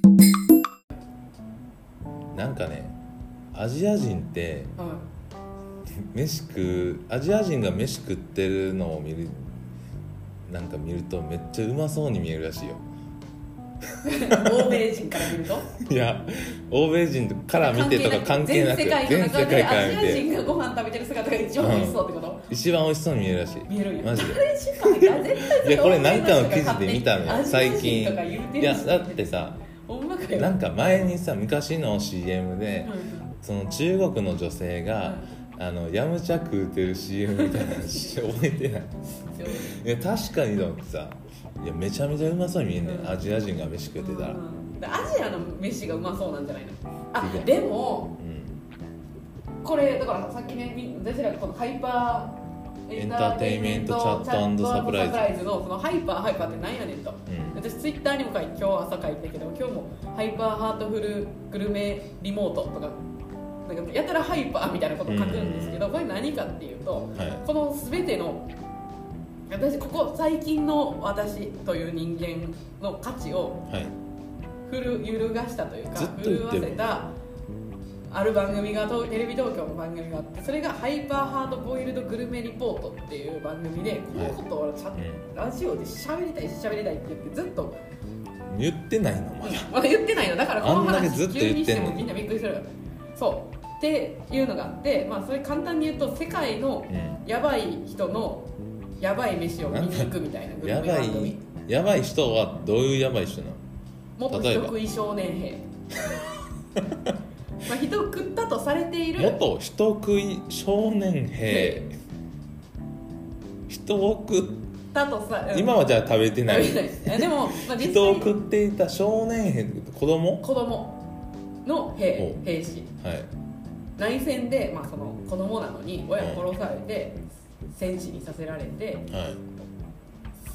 なんかね、アジア人って、うん、飯食うアジア人が飯食ってるのを見るなんか見るとめっちゃうまそうに見えるらしいよ欧米人から見るといや欧米人から見てとか関係なく全世界の中でアジア人がご飯食べてる姿が一番美味しそうってこと、うん、 一番美味しそうに見えるらしい。 見えるよマジでいやこれ何かの記事で見たのよ最近。いやだってさ、なんか前にさ昔の シーエム で、うん、その中国の女性が、うん、あのヤムチャ食うてる シーエム みたいなの覚えてないいや確かにと思ってさ、いやめちゃめちゃうまそうに見えんねん、うん、アジア人が飯食ってたら、うん、 アジアの飯がうまそうなんじゃないの。あでも、うん、これだからさっきね私らがこのハイパーエンターテインメントチャット&サプライズのそのハイパーハイパーって何やねんと、うん、私ツイッターにも書いて今日朝書いてたけど、今日もハイパーハートフルグルメリモートとかなんかやたらハイパーみたいなこと書くんですけど、これ何かっていうと、はい、この全ての私ここ最近の私という人間の価値をふる揺るがしたというか震わせたある番組がテレビ東京の番組があって、それがハイパーハードボイルドグルメリポートっていう番組で、このことをラジオで喋りたい喋りたいって言ってずっと言ってないのまだまだ言ってないのだからこの話急にしてもみんなびっくりする。そうっていうのがあって、まあ、それ簡単に言うと世界のやばい人のやばい飯を見に行くみたいなグルメ番組。 やばい人はどういうやばい人なの？ 元人食い少年兵まあ人食ったとされている元人食い少年兵、人を食ったとさ、 うん、今はじゃあ食べてない食べてないでも、まあ、実際人を食っていた少年兵って子供子供の兵兵士、 はい、 内戦で、まあ、その子供なのに親殺されて、うん、戦死にさせられて、 はい、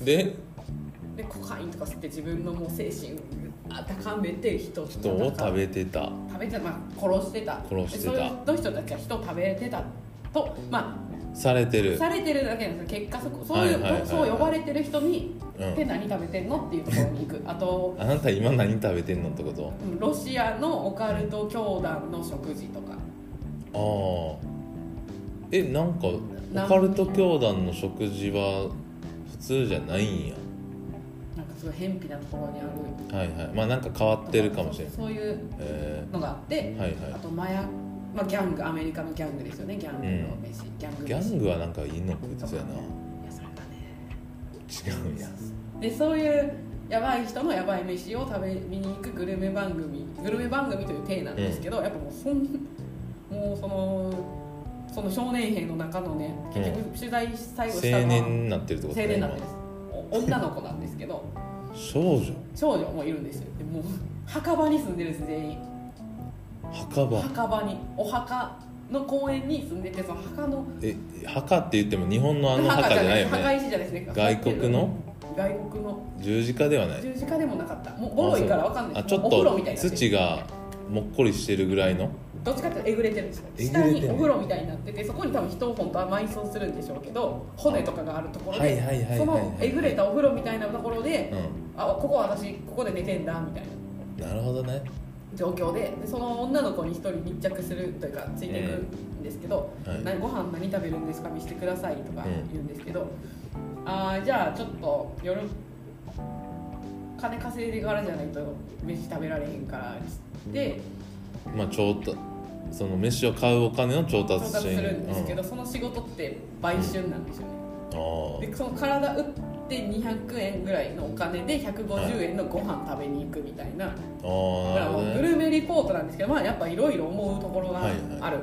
ででコカインとか吸って自分のもう精神高めて 人, 人を食べてた食べてた、まあ、殺してた殺してたそういう人たちは人を食べてたと、まあ、 されてるされてるだけなんです結果そそういう、はいはいはいはい、そう呼ばれてる人に、うん、で何食べてんのっていうところに行く。あとあなた今何食べてんのってこと？ ロシアのオカルト教団の食事とか。 ああえなんかオカルト教団の食事は普通じゃないんや。 なんかすごい偏僻なところにある。 はいはい。まあなんか変わってるかもしれない。 そういうのがあって、はいはい、あと麻薬、まあギャング、アメリカのギャングですよね。ギャングの飯、うん、ギャング飯。 ギャングはなんかいいの食ってそうやな。いやそれがね違うんや。 でそういうやばい人のやばい飯を食べ見に行くグルメ番組、グルメ番組という体なんですけど、うん、やっぱもうそんもうそのその少年兵の中のね結局取材最後したのは、 うん、青年になってるってことね。 青年になってるんです。女の子なんですけど少女少女もいるんですよ。でもう墓場に住んでるんです全員。 墓場墓場にお墓の公園に住んでて、その墓のえ墓って言っても日本のあの墓じゃないよね。 墓石じゃないですね。 外国の外国の十字架ではない。 十字架でもなかった。もうボロいから分かんない。 あちょっと土がもっこりしてるぐらいの。 どっちかっていうとえぐれてるんですよ。下にお風呂みたいになってて、そこに多分人を本当は埋葬するんでしょうけど、骨とかがあるところで、そのえぐれたお風呂みたいなところで、うん、あここは私ここで寝てんだみたいな。なるほどね。 状況 で, でその女の子に一人密着するというかついていくんですけど、うんはい、ご飯何食べるんですか見せてくださいとか言うんですけど、うん、あじゃあちょっと夜金稼いでからじゃないと飯食べられへんからってまあちょっとその飯を買うお金を調達するんですけど、うん、その仕事って売春なんですよね、うん、でその体打ってにひゃくえんぐらいのお金でひゃくごじゅうえんのご飯食べに行くみたいな、はい、だからもうグルメリポートなんですけど、まあ、やっぱいろいろ思うところがある、はいはい、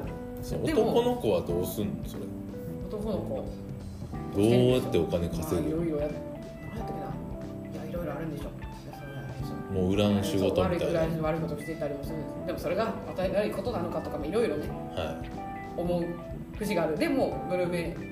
でも男の子はどうすんのそれ。 男の子どうやってお金稼ぐ？ いろいろやる。何やったっけな。いやいろいろあるんでしょ。 もう裏の仕事みたいな。 悪い悪いことしてたりもするんです。でもそれが与えられることなのかとかもいろいろね、はい、思う節がある。でもグルメ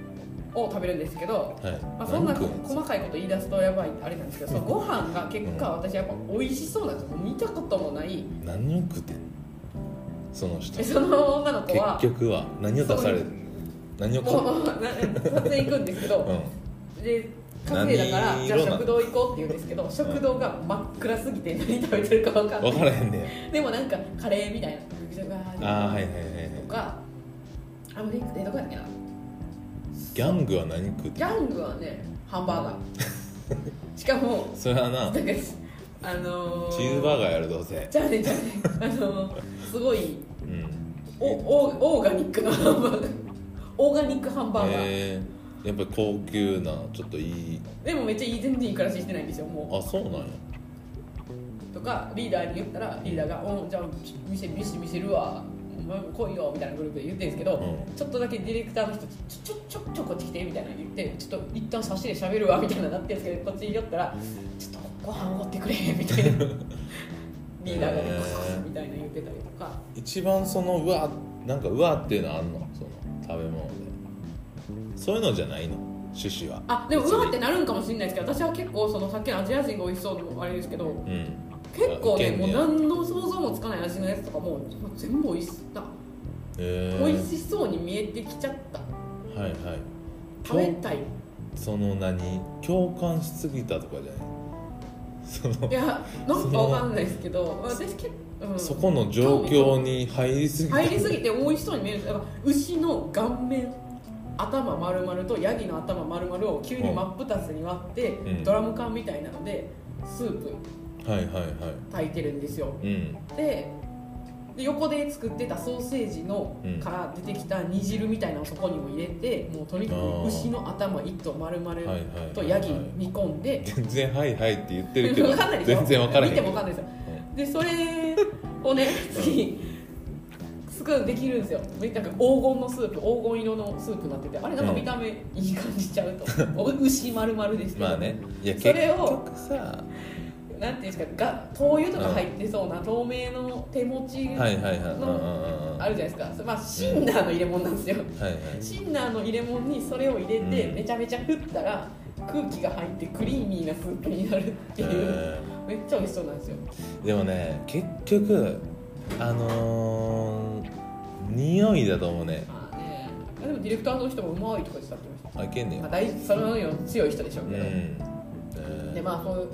を食べるんですけど、 はい、 まあ、そんな細かいこと言い出すとやばいあれなんですけど、そのご飯が結果私やっぱ美味しそうなんですよ。見たこともない。 何を食ってんのその人。 その女の子は結局は何を出される、何をもう撮影行くんですけど、うん、で稼いだからじゃあ食堂行こうって言うんですけど、食堂が真っ暗すぎて何食べてるか分かんない。 分からへんね。 でもなんかカレーみたいなああはいはいはいとか、あのリンクでどこやっけな。 ギャングは何食ってギャングはねハンバーガーしかもそれはな、 なんかあのー、 チーズバーガーやるどうせ。 じゃあねじゃあねあのー、すごい、うん、おおオーガニックなハンバーガーオーガニックハンバーガー、 えー、やっぱり高級なちょっといい。 でもめっちゃいい、全然いい暮らししてないんですよもう。 あ、そうなんや。 とかリーダーに言ったらリーダーが「おじゃあ店見せ見せるわ来いよ」みたいなグループで言ってるんですけど、うん、ちょっとだけディレクターの人ちょちょちょちょこっち来てみたいな言ってちょっと一旦差しで喋るわみたいななってるんですけど、こっちに寄ったらちょっとご飯おごってくれみたいなリーダーがね、えー、みたいな言ってたりとか。 一番そのうわなんかうわっていうのあんのその食べ物でそういうのじゃないの趣旨は。 あでもうわってなるんかもしれないですけど、私は結構そのさっきのアジア人が美味しそうのあれですけど、うん、結構ねもう何の想像もつかない味のやつとかも全部美味しさ、えー、美味しそうに見えてきちゃった。 はいはい。 食べたい。 その何共感しすぎたとかじゃないそのいやなんかわかんないですけど私結構、 うん、そこの状況に入りすぎ入りすぎて美味しそうに見えるんですよ。牛の顔面頭丸々とヤギの頭丸々を急に真っ二つに割って、うん、ドラム缶みたいなのでスープ炊いてるんですよ、はいはいはい、で, で横で作ってたソーセージのから出てきた煮汁みたいなのをそこにも入れて、もうとにかく牛の頭一頭丸々とヤギ煮込んで、 全然はいはいって言ってるけど分かんないでしょ、 全然分からへん見ても分かんないですよ、うん、でそれをね次すぐできるんですよ。なんか黄金のスープ、黄金色のスープになってて、あれなんか見た目いい感じちゃうと、うん、牛丸々ですけど、 まあね、いやそれを結局さなんていうんですか、が灯油とか入ってそうな透明の手持ちのあるじゃないですか、まあ、シンナーの入れ物なんですよ、はいはい、シンナーの入れ物にそれを入れて、うん、めちゃめちゃ振ったら空気が入ってクリーミーなスープになるっていう、えー、めっちゃ美味しそうなんですよ。 でもね結局あのー、匂いだと思うね。 まあね、でもディレクターの人もうまいとか言ってたってました。 あ、いけんねん、 まあ、大そのように強い人でしょうけど、うんえー、でまあそういう、うん、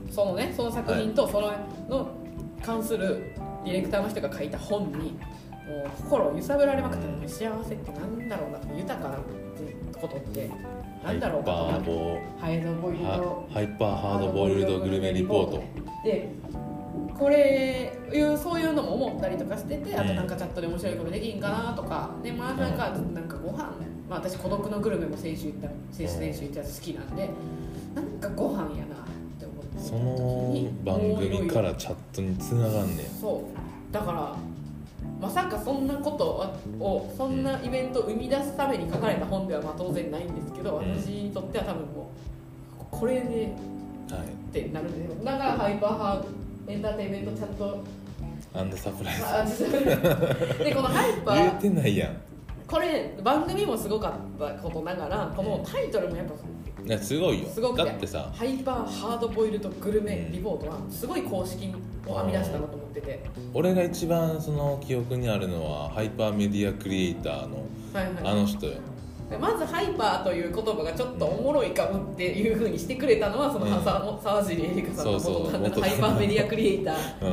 そのねその作品とそのの関するディレクターの人が書いた本にもう心を揺さぶられまくって、うん、幸せってなんだろうなと、豊かなことってなんだろうかと、ハイパーボイルドハイパーハードボイルドグルメリポートで、これいうそういうのも思ったりとかしてて、あとなんかチャットで面白いことできんかなとかで、まあなんかなんかご飯、まあ私孤独のグルメも先週言った先週先週言ったやつ好きなんで、なんかご飯やなって思って、 その番組からチャットに繋がんねん。 そうだからまさかそんなことをそんなイベントを生み出すために書かれた本ではまあ当然ないんですけど、私にとっては多分もうこれでってなるんですよ。だからハイパーハードエンターテインメントチャットアンドサプライズでこのハイパー言えてないやん。 これ番組もすごかったことながら、このタイトルもやっぱいやすごいよ。 すごくてだってさ、 ハイパーハードボイルドグルメリポートはすごい公式を編み出したなと思ってて、 俺が一番その記憶にあるのはハイパーメディアクリエイターのあの人よ。 まずハイパーという言葉がちょっとおもろいかもっていう風にしてくれたのはその沢尻エリカさんのことなんだ、ハイパーメディアクリエイター、うん、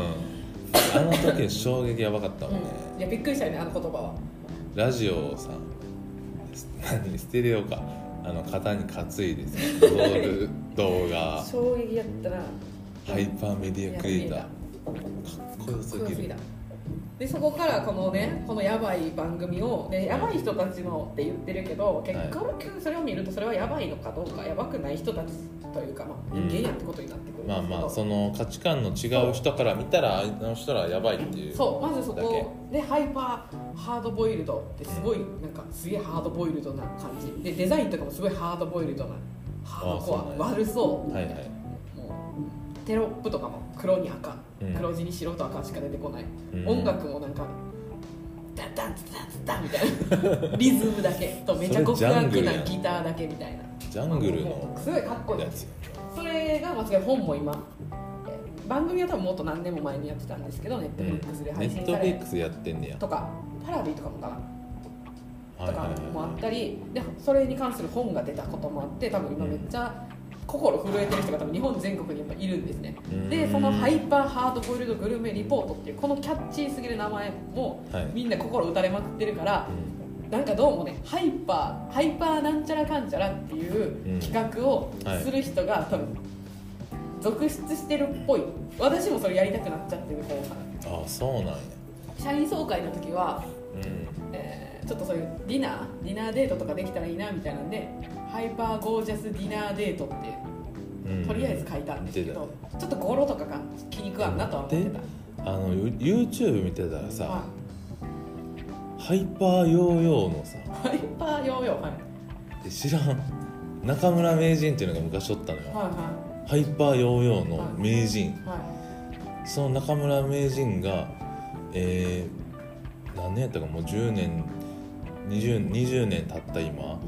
あの時衝撃やばかったもんね、 うん、いやびっくりしたよね、あの言葉は。 ラジオをさ何ステレオかあの肩に担いでさ踊る動画衝撃やったな。 ハイパーメディアクリエイターかっこよすぎる。 でそこからこのねこのやばい番組をでやばい人たちのって言ってるけど、結果それを見るとそれはやばいのかどうか、やばくない人たちというか、まあ、人間やってことになってくるんですけど、うん、まあまあその価値観の違う人から見たらあの人らはやばいっていう。 そうまずそこでハイパーハードボイルドってすごい、うん、なんかすげえハードボイルドな感じで、デザインとかもすごいハードボイルドなハードコア悪そう、はいはい、もうテロップとかも黒に赤、黒地に白と赤しか出てこない、うん、音楽もなんかダッダンツダンツダンみたいなリズムだけとめちゃ極悪なギターだけみたいなジャングルのすごいかっこいいやつ。それが間違い本も今番組は多分もっと何年も前にやってたんですけど、ネットフリックスで配信され、 ネットフリックスやってんねやとかパラディとかもかな、 はいはいはい、 とかもあったりで、それに関する本が出たこともあって、多分今めっちゃ心震えてる人が多分日本全国にやっぱいるんですね。でそのハイパーハードボイルドグルメリポートっていうこのキャッチーすぎる名前も、はい、みんな心打たれまくってるから、うん、なんかどうもねハイパーハイパーなんちゃらかんちゃらっていう企画をする人が、うん、多分続出してるっぽい。私もそれやりたくなっちゃってる方かな。 ああそうなんや。 社員総会の時は、 うんえー、ちょっとそういうディナーディナーデートとかできたらいいなみたいなんで、ハイパーゴージャスディナーデートって、うん、とりあえず書いたんですけど、ちょっと語呂とかが気に食わんなとは思ってた。 あの YouTube 見てたらさ、 はい、 ハイパーヨーヨーのさハイパーヨーヨー、はい、 知らん中村名人っていうのが昔おったのよ、 はいはい、 ハイパーヨーヨーの名人、 はいはい、その中村名人が、えー、何年やったかもうじゅうねん 20, 20年経った今、うん、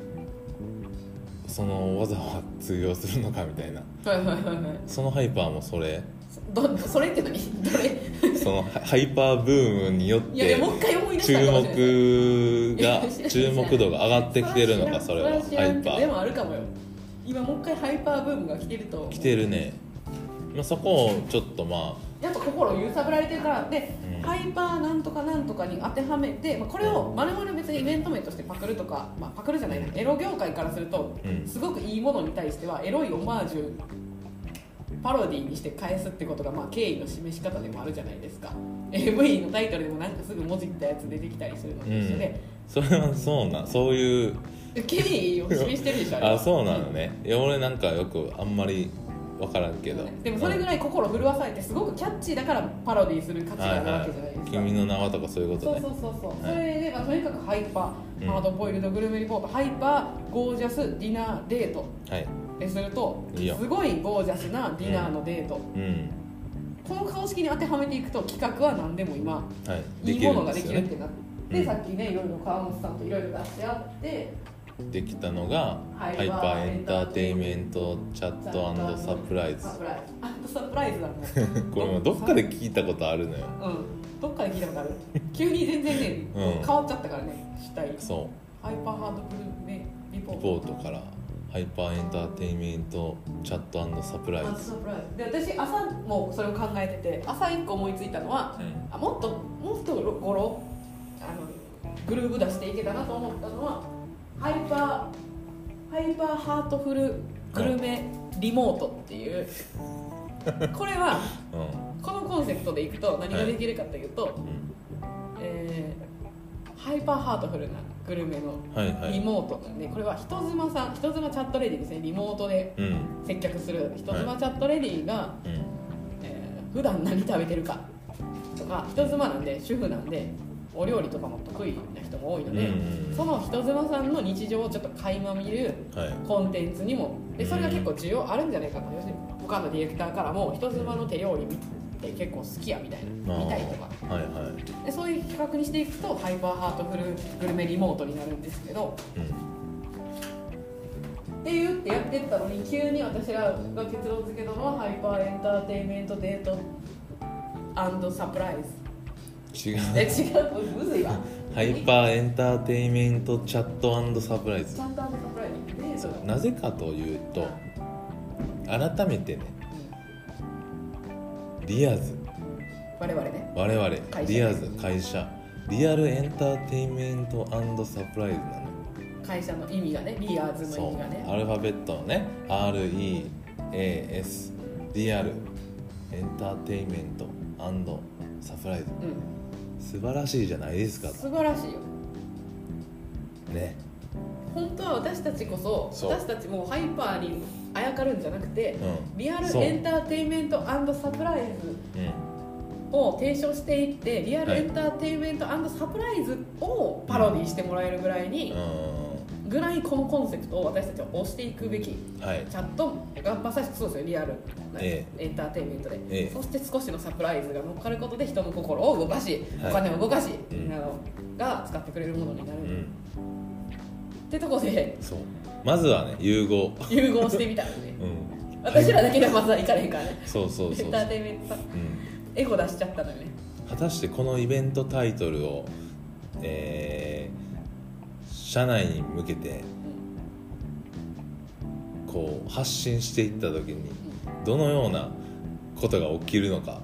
その技は通用するのかみたいな、 はいはいはいはい、 そのハイパーもそれどそれって何どれそのハイパーブームによっていやいやもう一回思い出した注かもしれない目が注目度が上がってきてるのかそれはハイパーでもあるかもよ。今もう一回ハイパーブームが来てると来てるね、まあ、そこをちょっとまあやっぱ心揺さぶられてるからで、うん、ハイパーなんとかなんとかに当てはめて、まあ、これをまるまる別にイベント名としてパクるとか、まあ、パクるじゃないな、エロ業界からすると、うん、すごくいいものに対してはエロいオマージュパロディにして返すってことがまあ敬意の示し方でもあるじゃないですか。 エーブイ のタイトルでもなんかすぐ文字ったやつ出てきたりするのと一緒で、 うん、それはそうなそういう敬意を示してるでしょあ, あそうなのね。いや俺なんかよくあんまり分からんけど、 でもそれぐらい心震わされてすごくキャッチーだからパロディする価値があるわけじゃないですか、はいはい、 君の名はとかそういうことね。 そうそうそうそう、はい、それで、まあ、とにかくハイパー、うん、ハードボイルドグルメリポート、ハイパーゴージャスディナーデート、はいでするといいすごいゴージャスなディナーのデート、うんうん、この公式に当てはめていくと企画は何でも今、はい、いいものができるってなって、うん、さっきねいろいろ川本さんといろいろ出し合ってできたのがハイパーエンターテインメントチャット&サプライズ。 サプライズサプライズだねこれもどっかで聞いたことあるのよ。 うんどっかで聞いたことある急に全然ね、うん、変わっちゃったからね主体。 そうハイパーハードグルメリポートリポートからハイパーエンターテインメントチャット&サプライズで私朝もそれを考えてて朝一個思いついたのは、うん、あもっともっとゴロあのグルーブ出していけたなと思ったのはハイパーハイパーハートフルグルメリモートっていう、うん、これは、うん、このコンセプトでいくと何ができるかというと、はいうんえー、ハイパーハートフルなグルメのリモートなんで、これは人妻さん人妻チャットレディですね。リモートで接客する人妻チャットレディが、はいえー、普段何食べてるかとか、人妻なんで主婦なんでお料理とかも得意な人も多いので、うん、その人妻さんの日常をちょっと垣間見るコンテンツにもでそれが結構需要あるんじゃないかな。要するに他のディレクターからも人妻の手料理見て結構好きやみたいな見たいとか、 はいはい、 でそういう企画にしていくとハイパーハートフルグルメリモートになるんですけど、うん、っていうってやってったのに急に私らが結論付けたのはハイパーエンターテインメントデート&サプライズ。 違うえ違うむずいわ。 ハイパーエンターテインメントチャット&サプライズ。 チャット&サプライズでなぜかというと改めてね、リアズ我々ね我々リアズ会社リアルエンターテインメント&サプライズなの。 会社の意味がねリアーズの意味がねアルファベットのね アールイーエーエス リアルエンターテインメント&サプライズ、うん、素晴らしいじゃないですか。 素晴らしいよね。 本当は私たちこそ私たちもハイパーにあやかるんじゃなくて、うん、リアルエンターテインメント&サプライズを提唱していって、うん、リアルエンターテインメント&サプライズをパロディしてもらえるぐらいに、うん、 ぐらいこのコンセプトを私たちは推していくべき、 はい、 チャットがまさしくそうですよ、リアルな、 ええー、エンターテインメントで、 ええ、 そして少しのサプライズが乗っかることで人の心を動かし、はい、お金を動かし、みんなが使ってくれるものになる、うん、ってとこでそうまずはね融合融合してみたのね、うん、私らだけではまずはいかれへんからねそうそうそうエンターテインメント、うん、エゴ出しちゃったのよね。 果たしてこのイベントタイトルを、えー、社内に向けてこう発信していった時にどのようなことが起きるのか、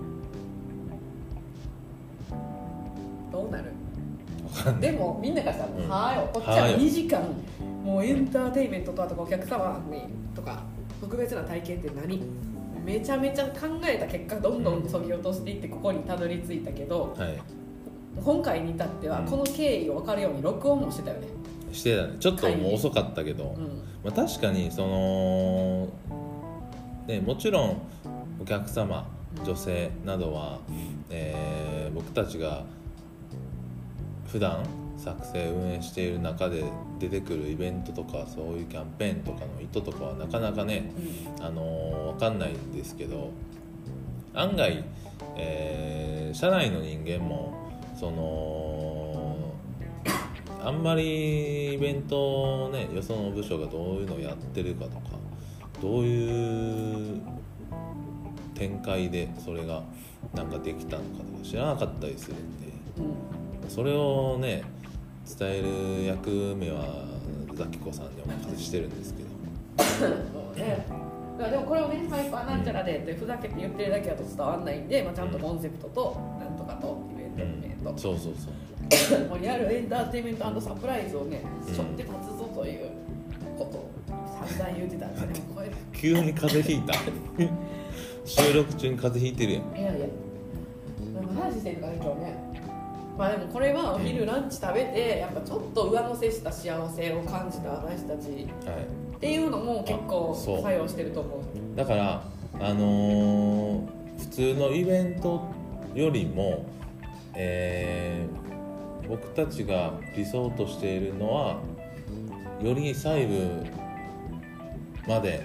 うん、どうなるでもみんながさ、うん、はーよこっちはにじかんもうエンターテインメントとあとかお客様にとか特別な体験って何めちゃめちゃ考えた結果どんどん削ぎ落としていってここにたどり着いたけど、はい、今回に至ってはこの経緯を分かるように録音もしてたよね。 してたね。ちょっともう遅かったけど、うんまあ、確かにその、ね、もちろんお客様女性などは、えー、僕たちが普段作成運営している中で出てくるイベントとかそういうキャンペーンとかの意図とかはなかなかね、うん、あの分かんないんですけど案外、えー、社内の人間もそのあんまりイベントをねよその部署がどういうのをやってるかとかどういう展開でそれがなんかできたのかとか知らなかったりするんで、うん、それをね伝える役目はザキコさんにお任せしてるんですけどそうね、でもこれをねハイパーなんちゃらでってふざけて言ってるだけだと伝わんないんで、まあ、ちゃんとコンセプトとなんとかとイベントイベント、 うん、そうそうそうもうやるエンターテインメント&サプライズをねしょって立つぞということを散々言ってたんですね。これ急に風邪ひいた収録中に風邪ひいてるやん。 いやいや話してるから今日ね。まあでもこれはお昼ランチ食べてやっぱちょっと上乗せした幸せを感じた私たち、はい、っていうのも結構作用してると思う。 だからあのー、普通のイベントよりも、えー、僕たちが理想としているのはより細部まで、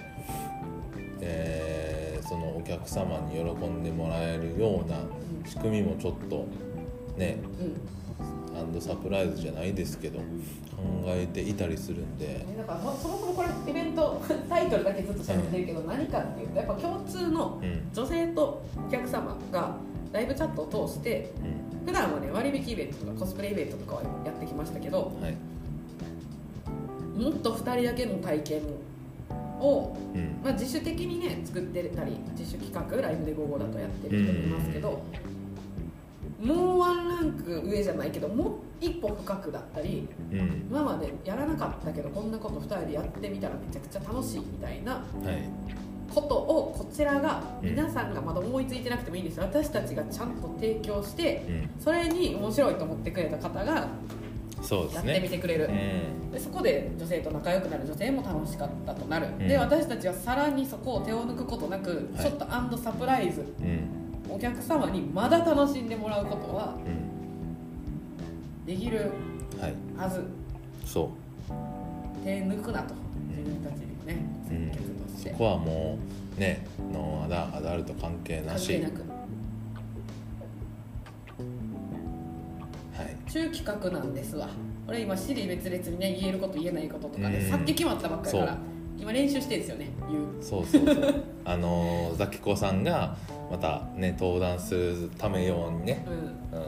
えー、そのお客様に喜んでもらえるような仕組みもちょっとね、うん、アンドサプライズじゃないですけど考えていたりするんで、 だからそもそもこれイベントタイトルだけずっと喋ってるけど、うん、何かっていうとやっぱ共通の女性とお客様がライブチャットを通して、うん、普段はね割引イベントとかコスプレイベントとかはやってきましたけど、はい、もっとふたりだけの体験を、うんまあ、自主的にね作ってたり自主企画ライブで午後だとやってる人もいますけど、もうワンランク上じゃないけどもう一歩深くだったり、うん、今までやらなかったけどこんなことふたりでやってみたらめちゃくちゃ楽しいみたいなことをこちらが皆さんがまだ思いついてなくてもいいんですよ。私たちがちゃんと提供して、うん、それに面白いと思ってくれた方がやってみてくれる。そ で、ねうん、でそこで女性と仲良くなる女性も楽しかったとなる、うん、で私たちはさらにそこを手を抜くことなく、はい、ちょっとアンドサプライズ、うんお客様にまだ楽しんでもらうことはできるはず、 はい、そう手抜くなと自分たちにもね接客として、 うん、そこはもうねノンアダアダルト関係なし関係なく、はい、 中企画なんですわ。これ今支離滅裂にね言えること言えないこととかで、うん、さっき決まったばっかりから今練習してるんですよね言うそうそうそうあのザキコさんがまたね登壇するためようにね、うんうん、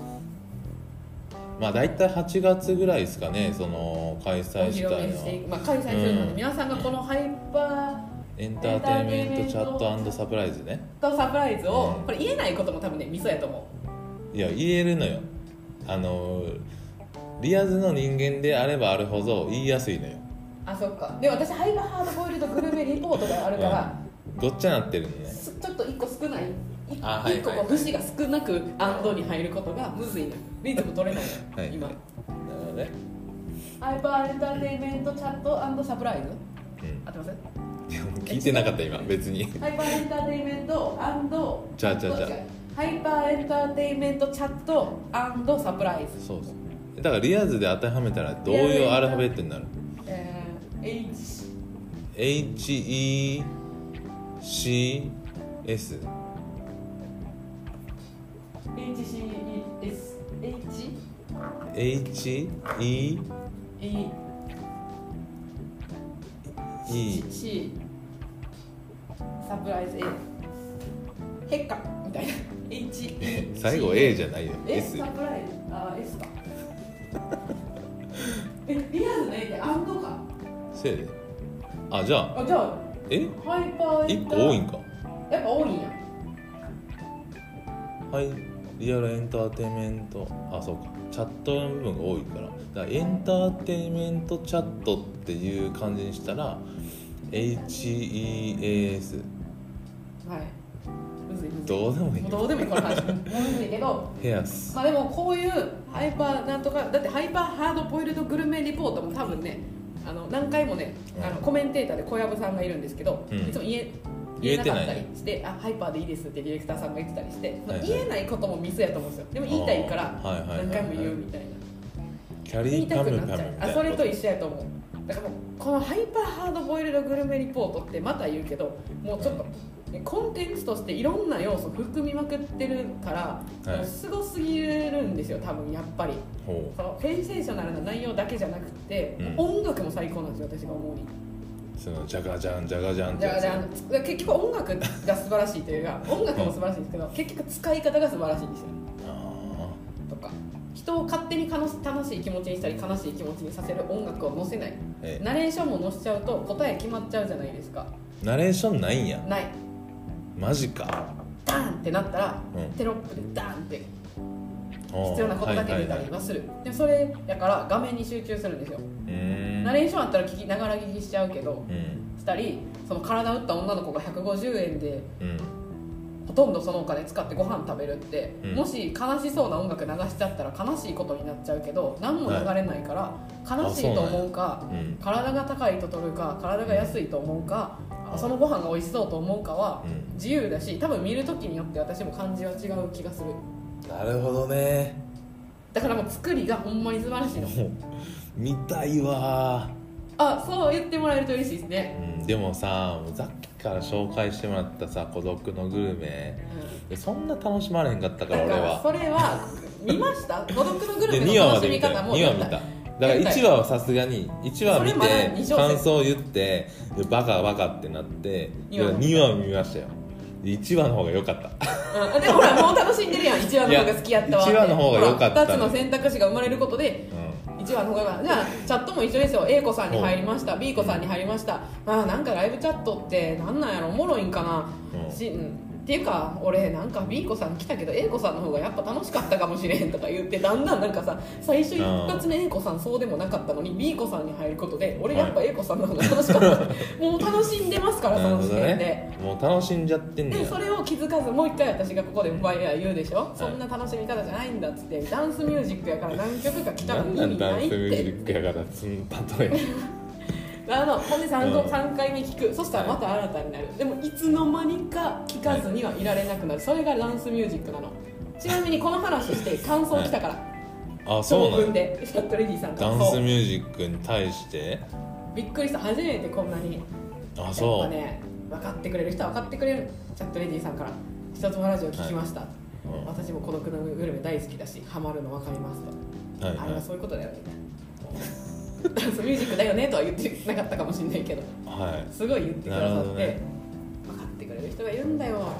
まあ大体はちがつぐらいですかねその開催したいの、 まあ、開催するので、うん、皆さんがこのハイパーエンターテインメントチャット&サプライズねとサプライズを、うん、これ言えないことも多分ねミソやと思う。いや言えるのよ。あのリアルの人間であればあるほど言いやすいのよ。 あ、そっか。で私ハイパーハードボイルドグルメリポートがあるから、 うん、ごっちゃなってるのね。 ちょっといっこ少ないいっこ、はいはい、節が少なくアンドに入ることがむずいのよ。リズム取れないのよ、はい、今。なるほどね。ハイパーエンターテインメントチャット&サプライズ、うん、合ってます？ いやもう聞いてなかった今別に。 ハイパーエンターテインメント& ちゃうちゃうちゃう。 ハイパーエンターテインメントチャット&サプライズ。 そうそう。 だからリア図で当てはめたらどういうアルファベットになる？ えー、H H E C S H C E S H H E E E C サプライズ A ヘッカみたいな H E 最後 A じゃないよ S S サプライズあ S かえリアルの A ってアンドかせいであじゃああじゃあえハイパーエン一タ個多いんかやっぱ多いんやはいリアルエンターテインメントあそうかチャットの部分が多いからだからエンターテインメントチャットっていう感じにしたら エイチイーエーエスはいむずいむずいどうでもいいもうどうでもいいこの話むずいけどヘアスまあでもこういうハイパーなんとかだってハイパーハードボイルドグルメリポートも多分ねあの何回もねあのコメンテーターで小籔さんがいるんですけど、うん、いつも言え言えなかったりしてあハイパーでいいですってディレクターさんが言ってたりして、はいはい、言えないこともミスやと思うんですよでも言いたいから何回も言うみたいなキャリーパムパムみたいなあそれと一緒やと思うだからもうこのハイパーハードボイルドグルメリポートってまた言うけどもうちょっとコンテンツとしていろんな要素含みまくってるから、はい、もうすごすぎるんですよ多分やっぱりそのセンセーショナルな内容だけじゃなくて、うん、音楽も最高なんですよ私が思うにそのジャガジャンジャガジャンってやつジャガジャン結局音楽が素晴らしいというか音楽も素晴らしいんですけど結局使い方が素晴らしいんですよとか人を勝手に楽しい気持ちにしたり悲しい気持ちにさせる音楽を載せない、ええ、ナレーションも載せちゃうと答え決まっちゃうじゃないですかナレーションないんやないマジかダーンってなったら、うん、テロップでダーンって必要なことだけ見たりはする、はいはいはい、でそれだから画面に集中するんですよナレーションあったら聞きながら聞きしちゃうけど、うん、したりその体打った女の子がひゃくごじゅうえんで、うん、ほとんどそのお金使ってご飯食べるって、うん、もし悲しそうな音楽流しちゃったら悲しいことになっちゃうけど何も流れないから、はい、悲しいと思うかう、うん、体が高いと取るか体が安いと思うか、うん、そのご飯が美味しそうと思うかは自由だし多分見るときによって私も感じは違う気がするなるほどねだからもう作りがほんまに素晴らしいの見たいわあそう言ってもらえると嬉しいですね、 うん、でもささっきから紹介してもらったさ孤独のグルメ、うん、そんな楽しまれへんかったから俺はそれは見ました孤独のグルメの楽しみ方もにわまで見たにわ見ただからいちわはさすがにいちわ見て感想を言ってバカバカってなってにわ見ましたよいちわの方が良かった、 うん、でもほらもう楽しんでるやんいちわの方が好きやったわっていちわの方が良かった、 ふたつの選択肢が生まれることで、うん、いちわの方がじゃあチャットも一緒ですよ A 子さんに入りました B 子さんに入りましたあなんかライブチャットってなんなんやろおもろいんかな、うんしうんっていうか俺なんか B 子さん来たけど A 子さんの方がやっぱ楽しかったかもしれんとか言ってだんだんなんかさ最初一発目 A 子さんそうでもなかったのに B 子さんに入ることで俺やっぱ A 子さんの方が楽しかった、はい、もう楽しんでますからその時点で、ね、 もう楽しんじゃってんねやでそれを気づかずもう一回私がここで奪い合い言うでしょ、はい、そんな楽しみ方じゃないんだっつってダンスミュージックやから何曲か来たら意味ないってダンスミュージックやからつん例えあのほんで 3, うん、さんかいめ聞くそしたらまた新たになるでもいつの間にか聞かずにはいられなくなるそれがダンスミュージックなのちなみにこの話して感想来たから、 はい、あそうなのでシャットレディさんからダンスミュージックに対してびっくりした初めてこんなにあそうやっぱね分かってくれる人は分かってくれるシャットレディさんから一つもラジオ聞きました、はいうん、私も孤独のグルメ大好きだしハマるの分かりますと、はいはい、あれはそういうことだよねダンスミュージックだよねとは言ってなかったかもしれないけど、はい、すごい言ってくださって、ね、分かってくれる人がいるんだよと思って、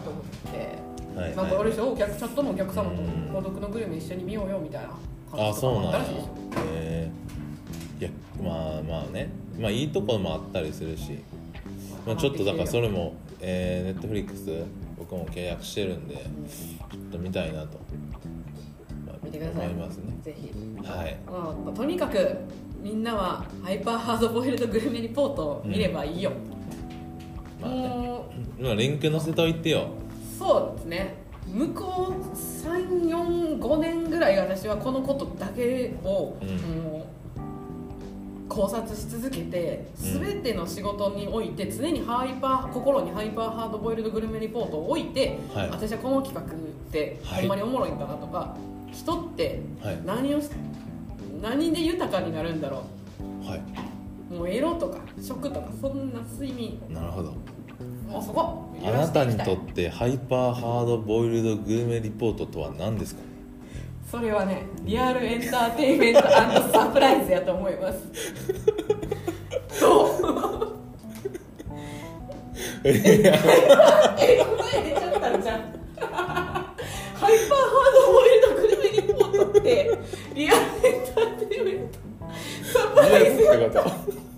はいはい、なんかあれでしょチャットのお客様と孤独のグルメ一緒に見ようよみたいな感じとかもあったらしいでしょへえいやまあまあねまあいいところもあったりするし、まあ、ちょっとだからそれも、えー、ネットフリックス僕も契約してるんで、うん、ちょっと見たいなと、まあ、 見てください思いますねぜひ、 はい、 うん、とにかくみんなはハイパーハードボイルドグルメリポートを見ればいいよ、 うん、まあね今リンク載せといてよそうですね向こうさん、よん、ごねんぐらい私はこのことだけを、うん、もう考察し続けて全ての仕事において常にハイパー心にハイパーハードボイルドグルメリポートを置いて、はい、私はこの企画ってほんまにおもろいんかなとか、はい、人って何をし何で豊かになるんだろう。はい。 もうエロとか食とかそんな睡眠。 なるほど。 もうそこ。 あなたにとってハイパーハードボイルドグルメリポートとは何ですか？ それはね、リアルエンターテインメント&サプライズやと思います。そうえ、答え出ちゃったんじゃん。ハイパーハードボイルドグルメリポートってリアルエンターテインメントサプライズってこと